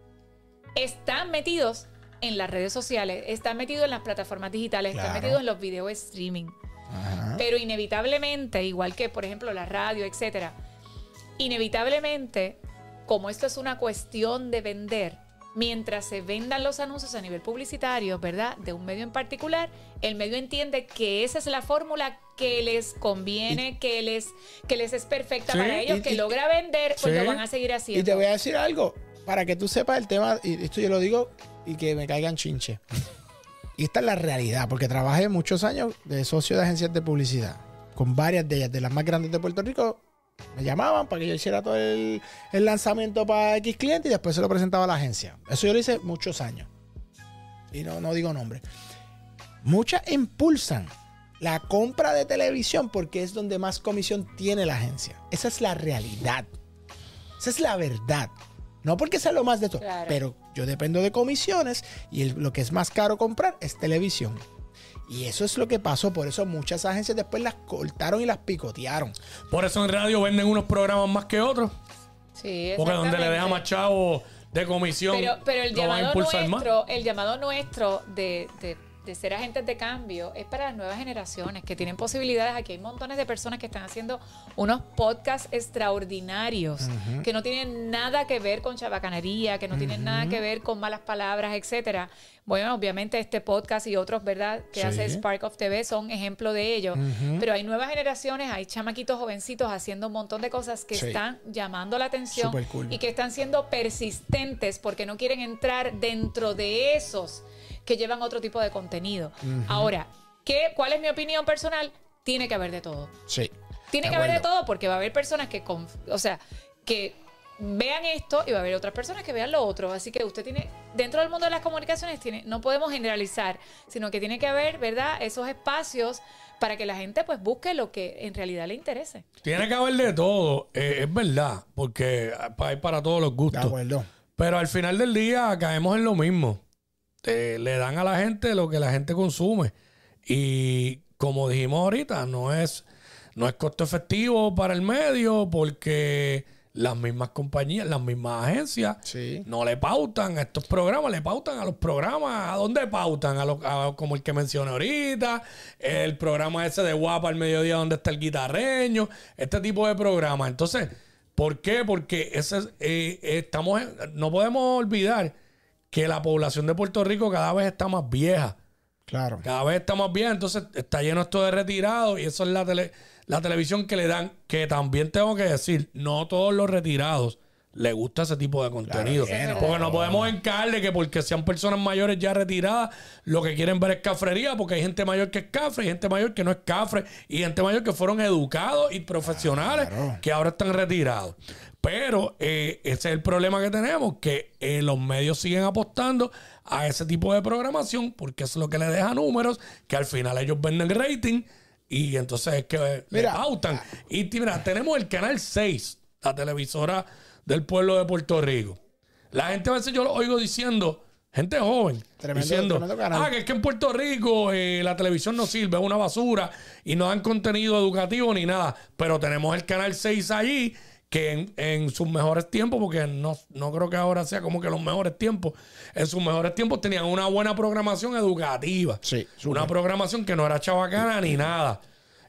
están metidos en las redes sociales, están metidos en las plataformas digitales, Claro. están metidos en los videos streaming. Ajá. Pero inevitablemente, igual que por ejemplo la radio, etcétera, inevitablemente, como esto es una cuestión de vender, mientras se vendan los anuncios a nivel publicitario, ¿verdad? De un medio en particular, el medio entiende que esa es la fórmula que les conviene, y, que les que les es perfecta sí, para ellos, y, que y, logra vender, pues sí. lo van a seguir haciendo. Y te voy a decir algo, para que tú sepas el tema, y esto yo lo digo y que me caigan chinche. Y esta es la realidad, porque trabajé muchos años de socio de agencias de publicidad, con varias de ellas, de las más grandes de Puerto Rico. Me llamaban para que yo hiciera todo el, el lanzamiento para X cliente y después se lo presentaba a la agencia. Eso yo lo hice muchos años. Y no, no digo nombre. Muchas impulsan la compra de televisión porque es donde más comisión tiene la agencia. Esa es la realidad. Esa es la verdad. No porque sea lo más de todo. Claro. Pero yo dependo de comisiones y el, lo que es más caro comprar es televisión. Y eso es lo que pasó. Por eso muchas agencias después las cortaron y las picotearon. Por eso en radio venden unos programas más que otros. Sí, Porque donde le deja más chavo de comisión, Pero, pero el, lo va a llamado impulsar nuestro, más. el llamado nuestro de, de, de ser agentes de cambio es para las nuevas generaciones que tienen posibilidades. Aquí hay montones de personas que están haciendo unos podcasts extraordinarios, uh-huh. que no tienen nada que ver con chabacanería, que no uh-huh. tienen nada que ver con malas palabras, etcétera. Bueno, obviamente este podcast y otros, ¿verdad?, que sí. hace Spark of T V son ejemplo de ello. Uh-huh. Pero hay nuevas generaciones, hay chamaquitos jovencitos haciendo un montón de cosas que sí. están llamando la atención cool. y que están siendo persistentes porque no quieren entrar dentro de esos que llevan otro tipo de contenido. Uh-huh. Ahora, ¿qué, ¿cuál es mi opinión personal? Tiene que haber de todo. Sí. Tiene que haber de todo porque va a haber personas que, conf- o sea, que vean esto y va a haber otras personas que vean lo otro. Así que usted tiene, dentro del mundo de las comunicaciones, tiene, no podemos generalizar, sino que tiene que haber, ¿verdad?, esos espacios para que la gente pues busque lo que en realidad le interese. Tiene que haber de todo, eh, es verdad, porque hay para todos los gustos. De acuerdo. Pero al final del día caemos en lo mismo. Eh, le dan a la gente lo que la gente consume. Y como dijimos ahorita, no es, no es costo efectivo para el medio porque las mismas compañías, las mismas agencias sí. no le pautan a estos programas, le pautan a los programas. ¿A dónde pautan? A, los, a como el que mencioné ahorita, el programa ese de Guapa al mediodía donde está el guitarreño, este tipo de programas. Entonces, ¿por qué? Porque ese, eh, estamos en, no podemos olvidar que la población de Puerto Rico cada vez está más vieja. Claro. Cada vez está más vieja, entonces está lleno esto de retirados y eso es la tele... La televisión que le dan, que también tengo que decir, no todos los retirados les gusta ese tipo de contenido. Claro, porque no podemos encarle que porque sean personas mayores ya retiradas, lo que quieren ver es cafrería, porque hay gente mayor que es cafre y gente mayor que no es cafre y gente mayor que fueron educados y profesionales claro. que ahora están retirados. Pero eh, ese es el problema que tenemos, que eh, los medios siguen apostando a ese tipo de programación porque es lo que les deja números, que al final ellos venden rating. Y entonces es que mira, le pautan. Y mira, tenemos el Canal seis, la televisora del pueblo de Puerto Rico. La gente a veces yo lo oigo diciendo, gente joven, tremendo, diciendo, tremendo canal. ah, que es que en Puerto Rico eh, la televisión no sirve, es una basura y no dan contenido educativo ni nada. Pero tenemos el Canal seis allí, que en, en sus mejores tiempos, porque no, no creo que ahora sea como que los mejores tiempos, en sus mejores tiempos tenían una buena programación educativa. Sí, una super. programación que no era chabacana ni nada.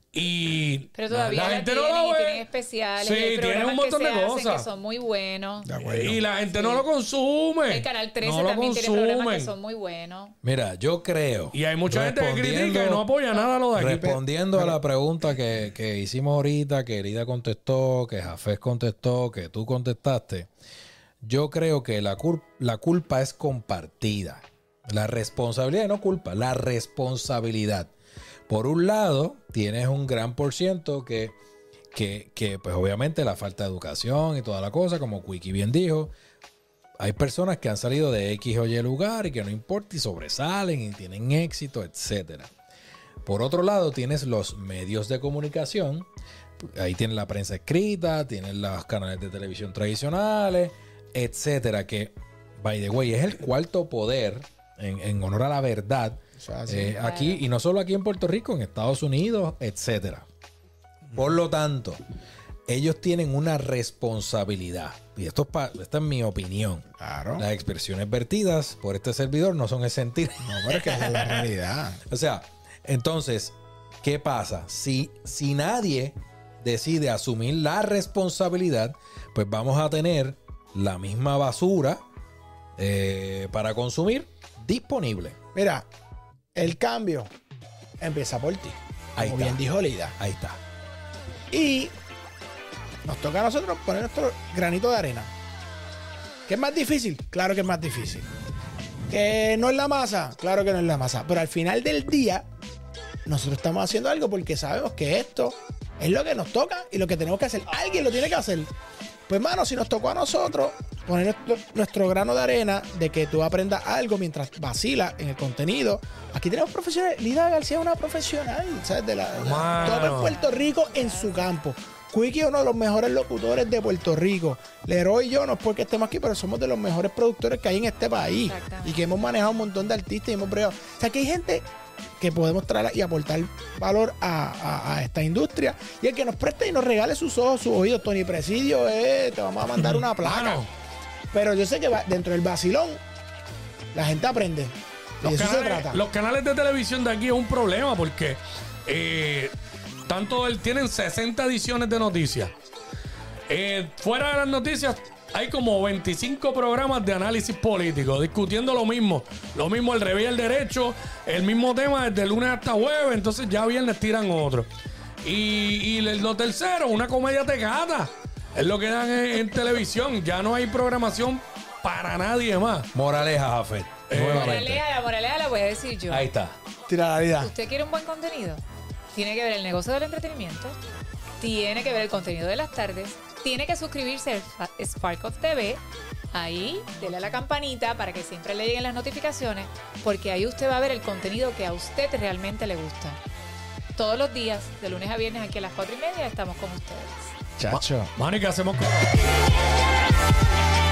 Y pero todavía la, la la gente tienen, no lo y ve. tienen especiales, Sí, y hay tienen un programas montón que de se hacen cosas. que son muy buenos. De acuerdo. Y la gente Sí. no lo consume. El Canal trece no lo también tiene programas que consumen. son muy buenos. Mira, yo creo. Y hay mucha gente que critica y respondiendo- no apoya nada a lo de aquí. Respondiendo a la pregunta que, que hicimos ahorita, que Elida contestó, que Jafés contestó, que tú contestaste, yo creo que la, cul- la culpa es compartida. La responsabilidad, no culpa, la responsabilidad. Por un lado, tienes un gran por ciento que, que, que, pues obviamente la falta de educación y toda la cosa, como Quickie bien dijo. Hay personas que han salido de X o Y lugar y que no importa y sobresalen y tienen éxito, etcétera. Por otro lado, tienes los medios de comunicación. Ahí tienes la prensa escrita, tienes los canales de televisión tradicionales, etcétera. Que, by the way, es el cuarto poder en, en honor a la verdad. O sea, sí. eh, aquí, y no solo aquí en Puerto Rico, en Estados Unidos, etcétera. Por lo tanto, ellos tienen una responsabilidad. Y esto es, pa, esta es mi opinión. Claro. Las expresiones vertidas por este servidor no son el sentir. No, pero es que esa es la realidad. O sea, entonces, ¿qué pasa? Si, si nadie decide asumir la responsabilidad, pues vamos a tener la misma basura eh, para consumir disponible. Mira, el cambio empieza por ti. Ahí Como está. bien dijo Lida. Ahí está. Y nos toca a nosotros poner nuestro granito de arena. ¿Qué es más difícil? Claro que es más difícil. ¿Que no es la masa? Claro que no es la masa. Pero al final del día, nosotros estamos haciendo algo porque sabemos que esto es lo que nos toca y lo que tenemos que hacer. Alguien lo tiene que hacer. Pues, mano, si nos tocó a nosotros poner nuestro, nuestro grano de arena de que tú aprendas algo mientras vacilas en el contenido. Aquí tenemos profesionales. Lida García es una profesional, ¿sabes? De la, de la- Mano. todo en Puerto Rico en su campo. Quickie es uno de los mejores locutores de Puerto Rico. Leroy y yo, no es porque estemos aquí, pero somos de los mejores productores que hay en este país. Exactamente. Y que hemos manejado un montón de artistas y hemos bregado. O sea, que hay gente que podemos traer y aportar valor a, a- a esta industria. Y el que nos preste y nos regale sus ojos, sus oídos. Tony Presidio, eh, te vamos a mandar una placa. Mano. Pero yo sé que va- dentro del vacilón, la gente aprende. Y Los de eso se canales, trata. los canales de televisión de aquí es un problema porque eh, tanto él tienen sesenta ediciones de noticias. Eh, fuera de las noticias hay como veinticinco programas de análisis político discutiendo lo mismo. Lo mismo el revés y el derecho, el mismo tema desde lunes hasta jueves, entonces ya viernes tiran otro. Y, y lo tercero, una comedia tecata. Es lo que dan en, en televisión. Ya no hay programación para nadie más. Moraleja, Jafet. Eh, Nuevamente. Moraleja, la moraleja la voy a decir yo. Ahí está. Tira la vida. ¿Usted quiere un buen contenido? Tiene que ver el negocio del entretenimiento, tiene que ver el contenido de las tardes, tiene que suscribirse a Spark of T V. Ahí, dele a la campanita para que siempre le lleguen las notificaciones, porque ahí usted va a ver el contenido que a usted realmente le gusta. Todos los días, de lunes a viernes, aquí a las cuatro y media, estamos con ustedes. Chacho. Mano, ¿y qué hacemos con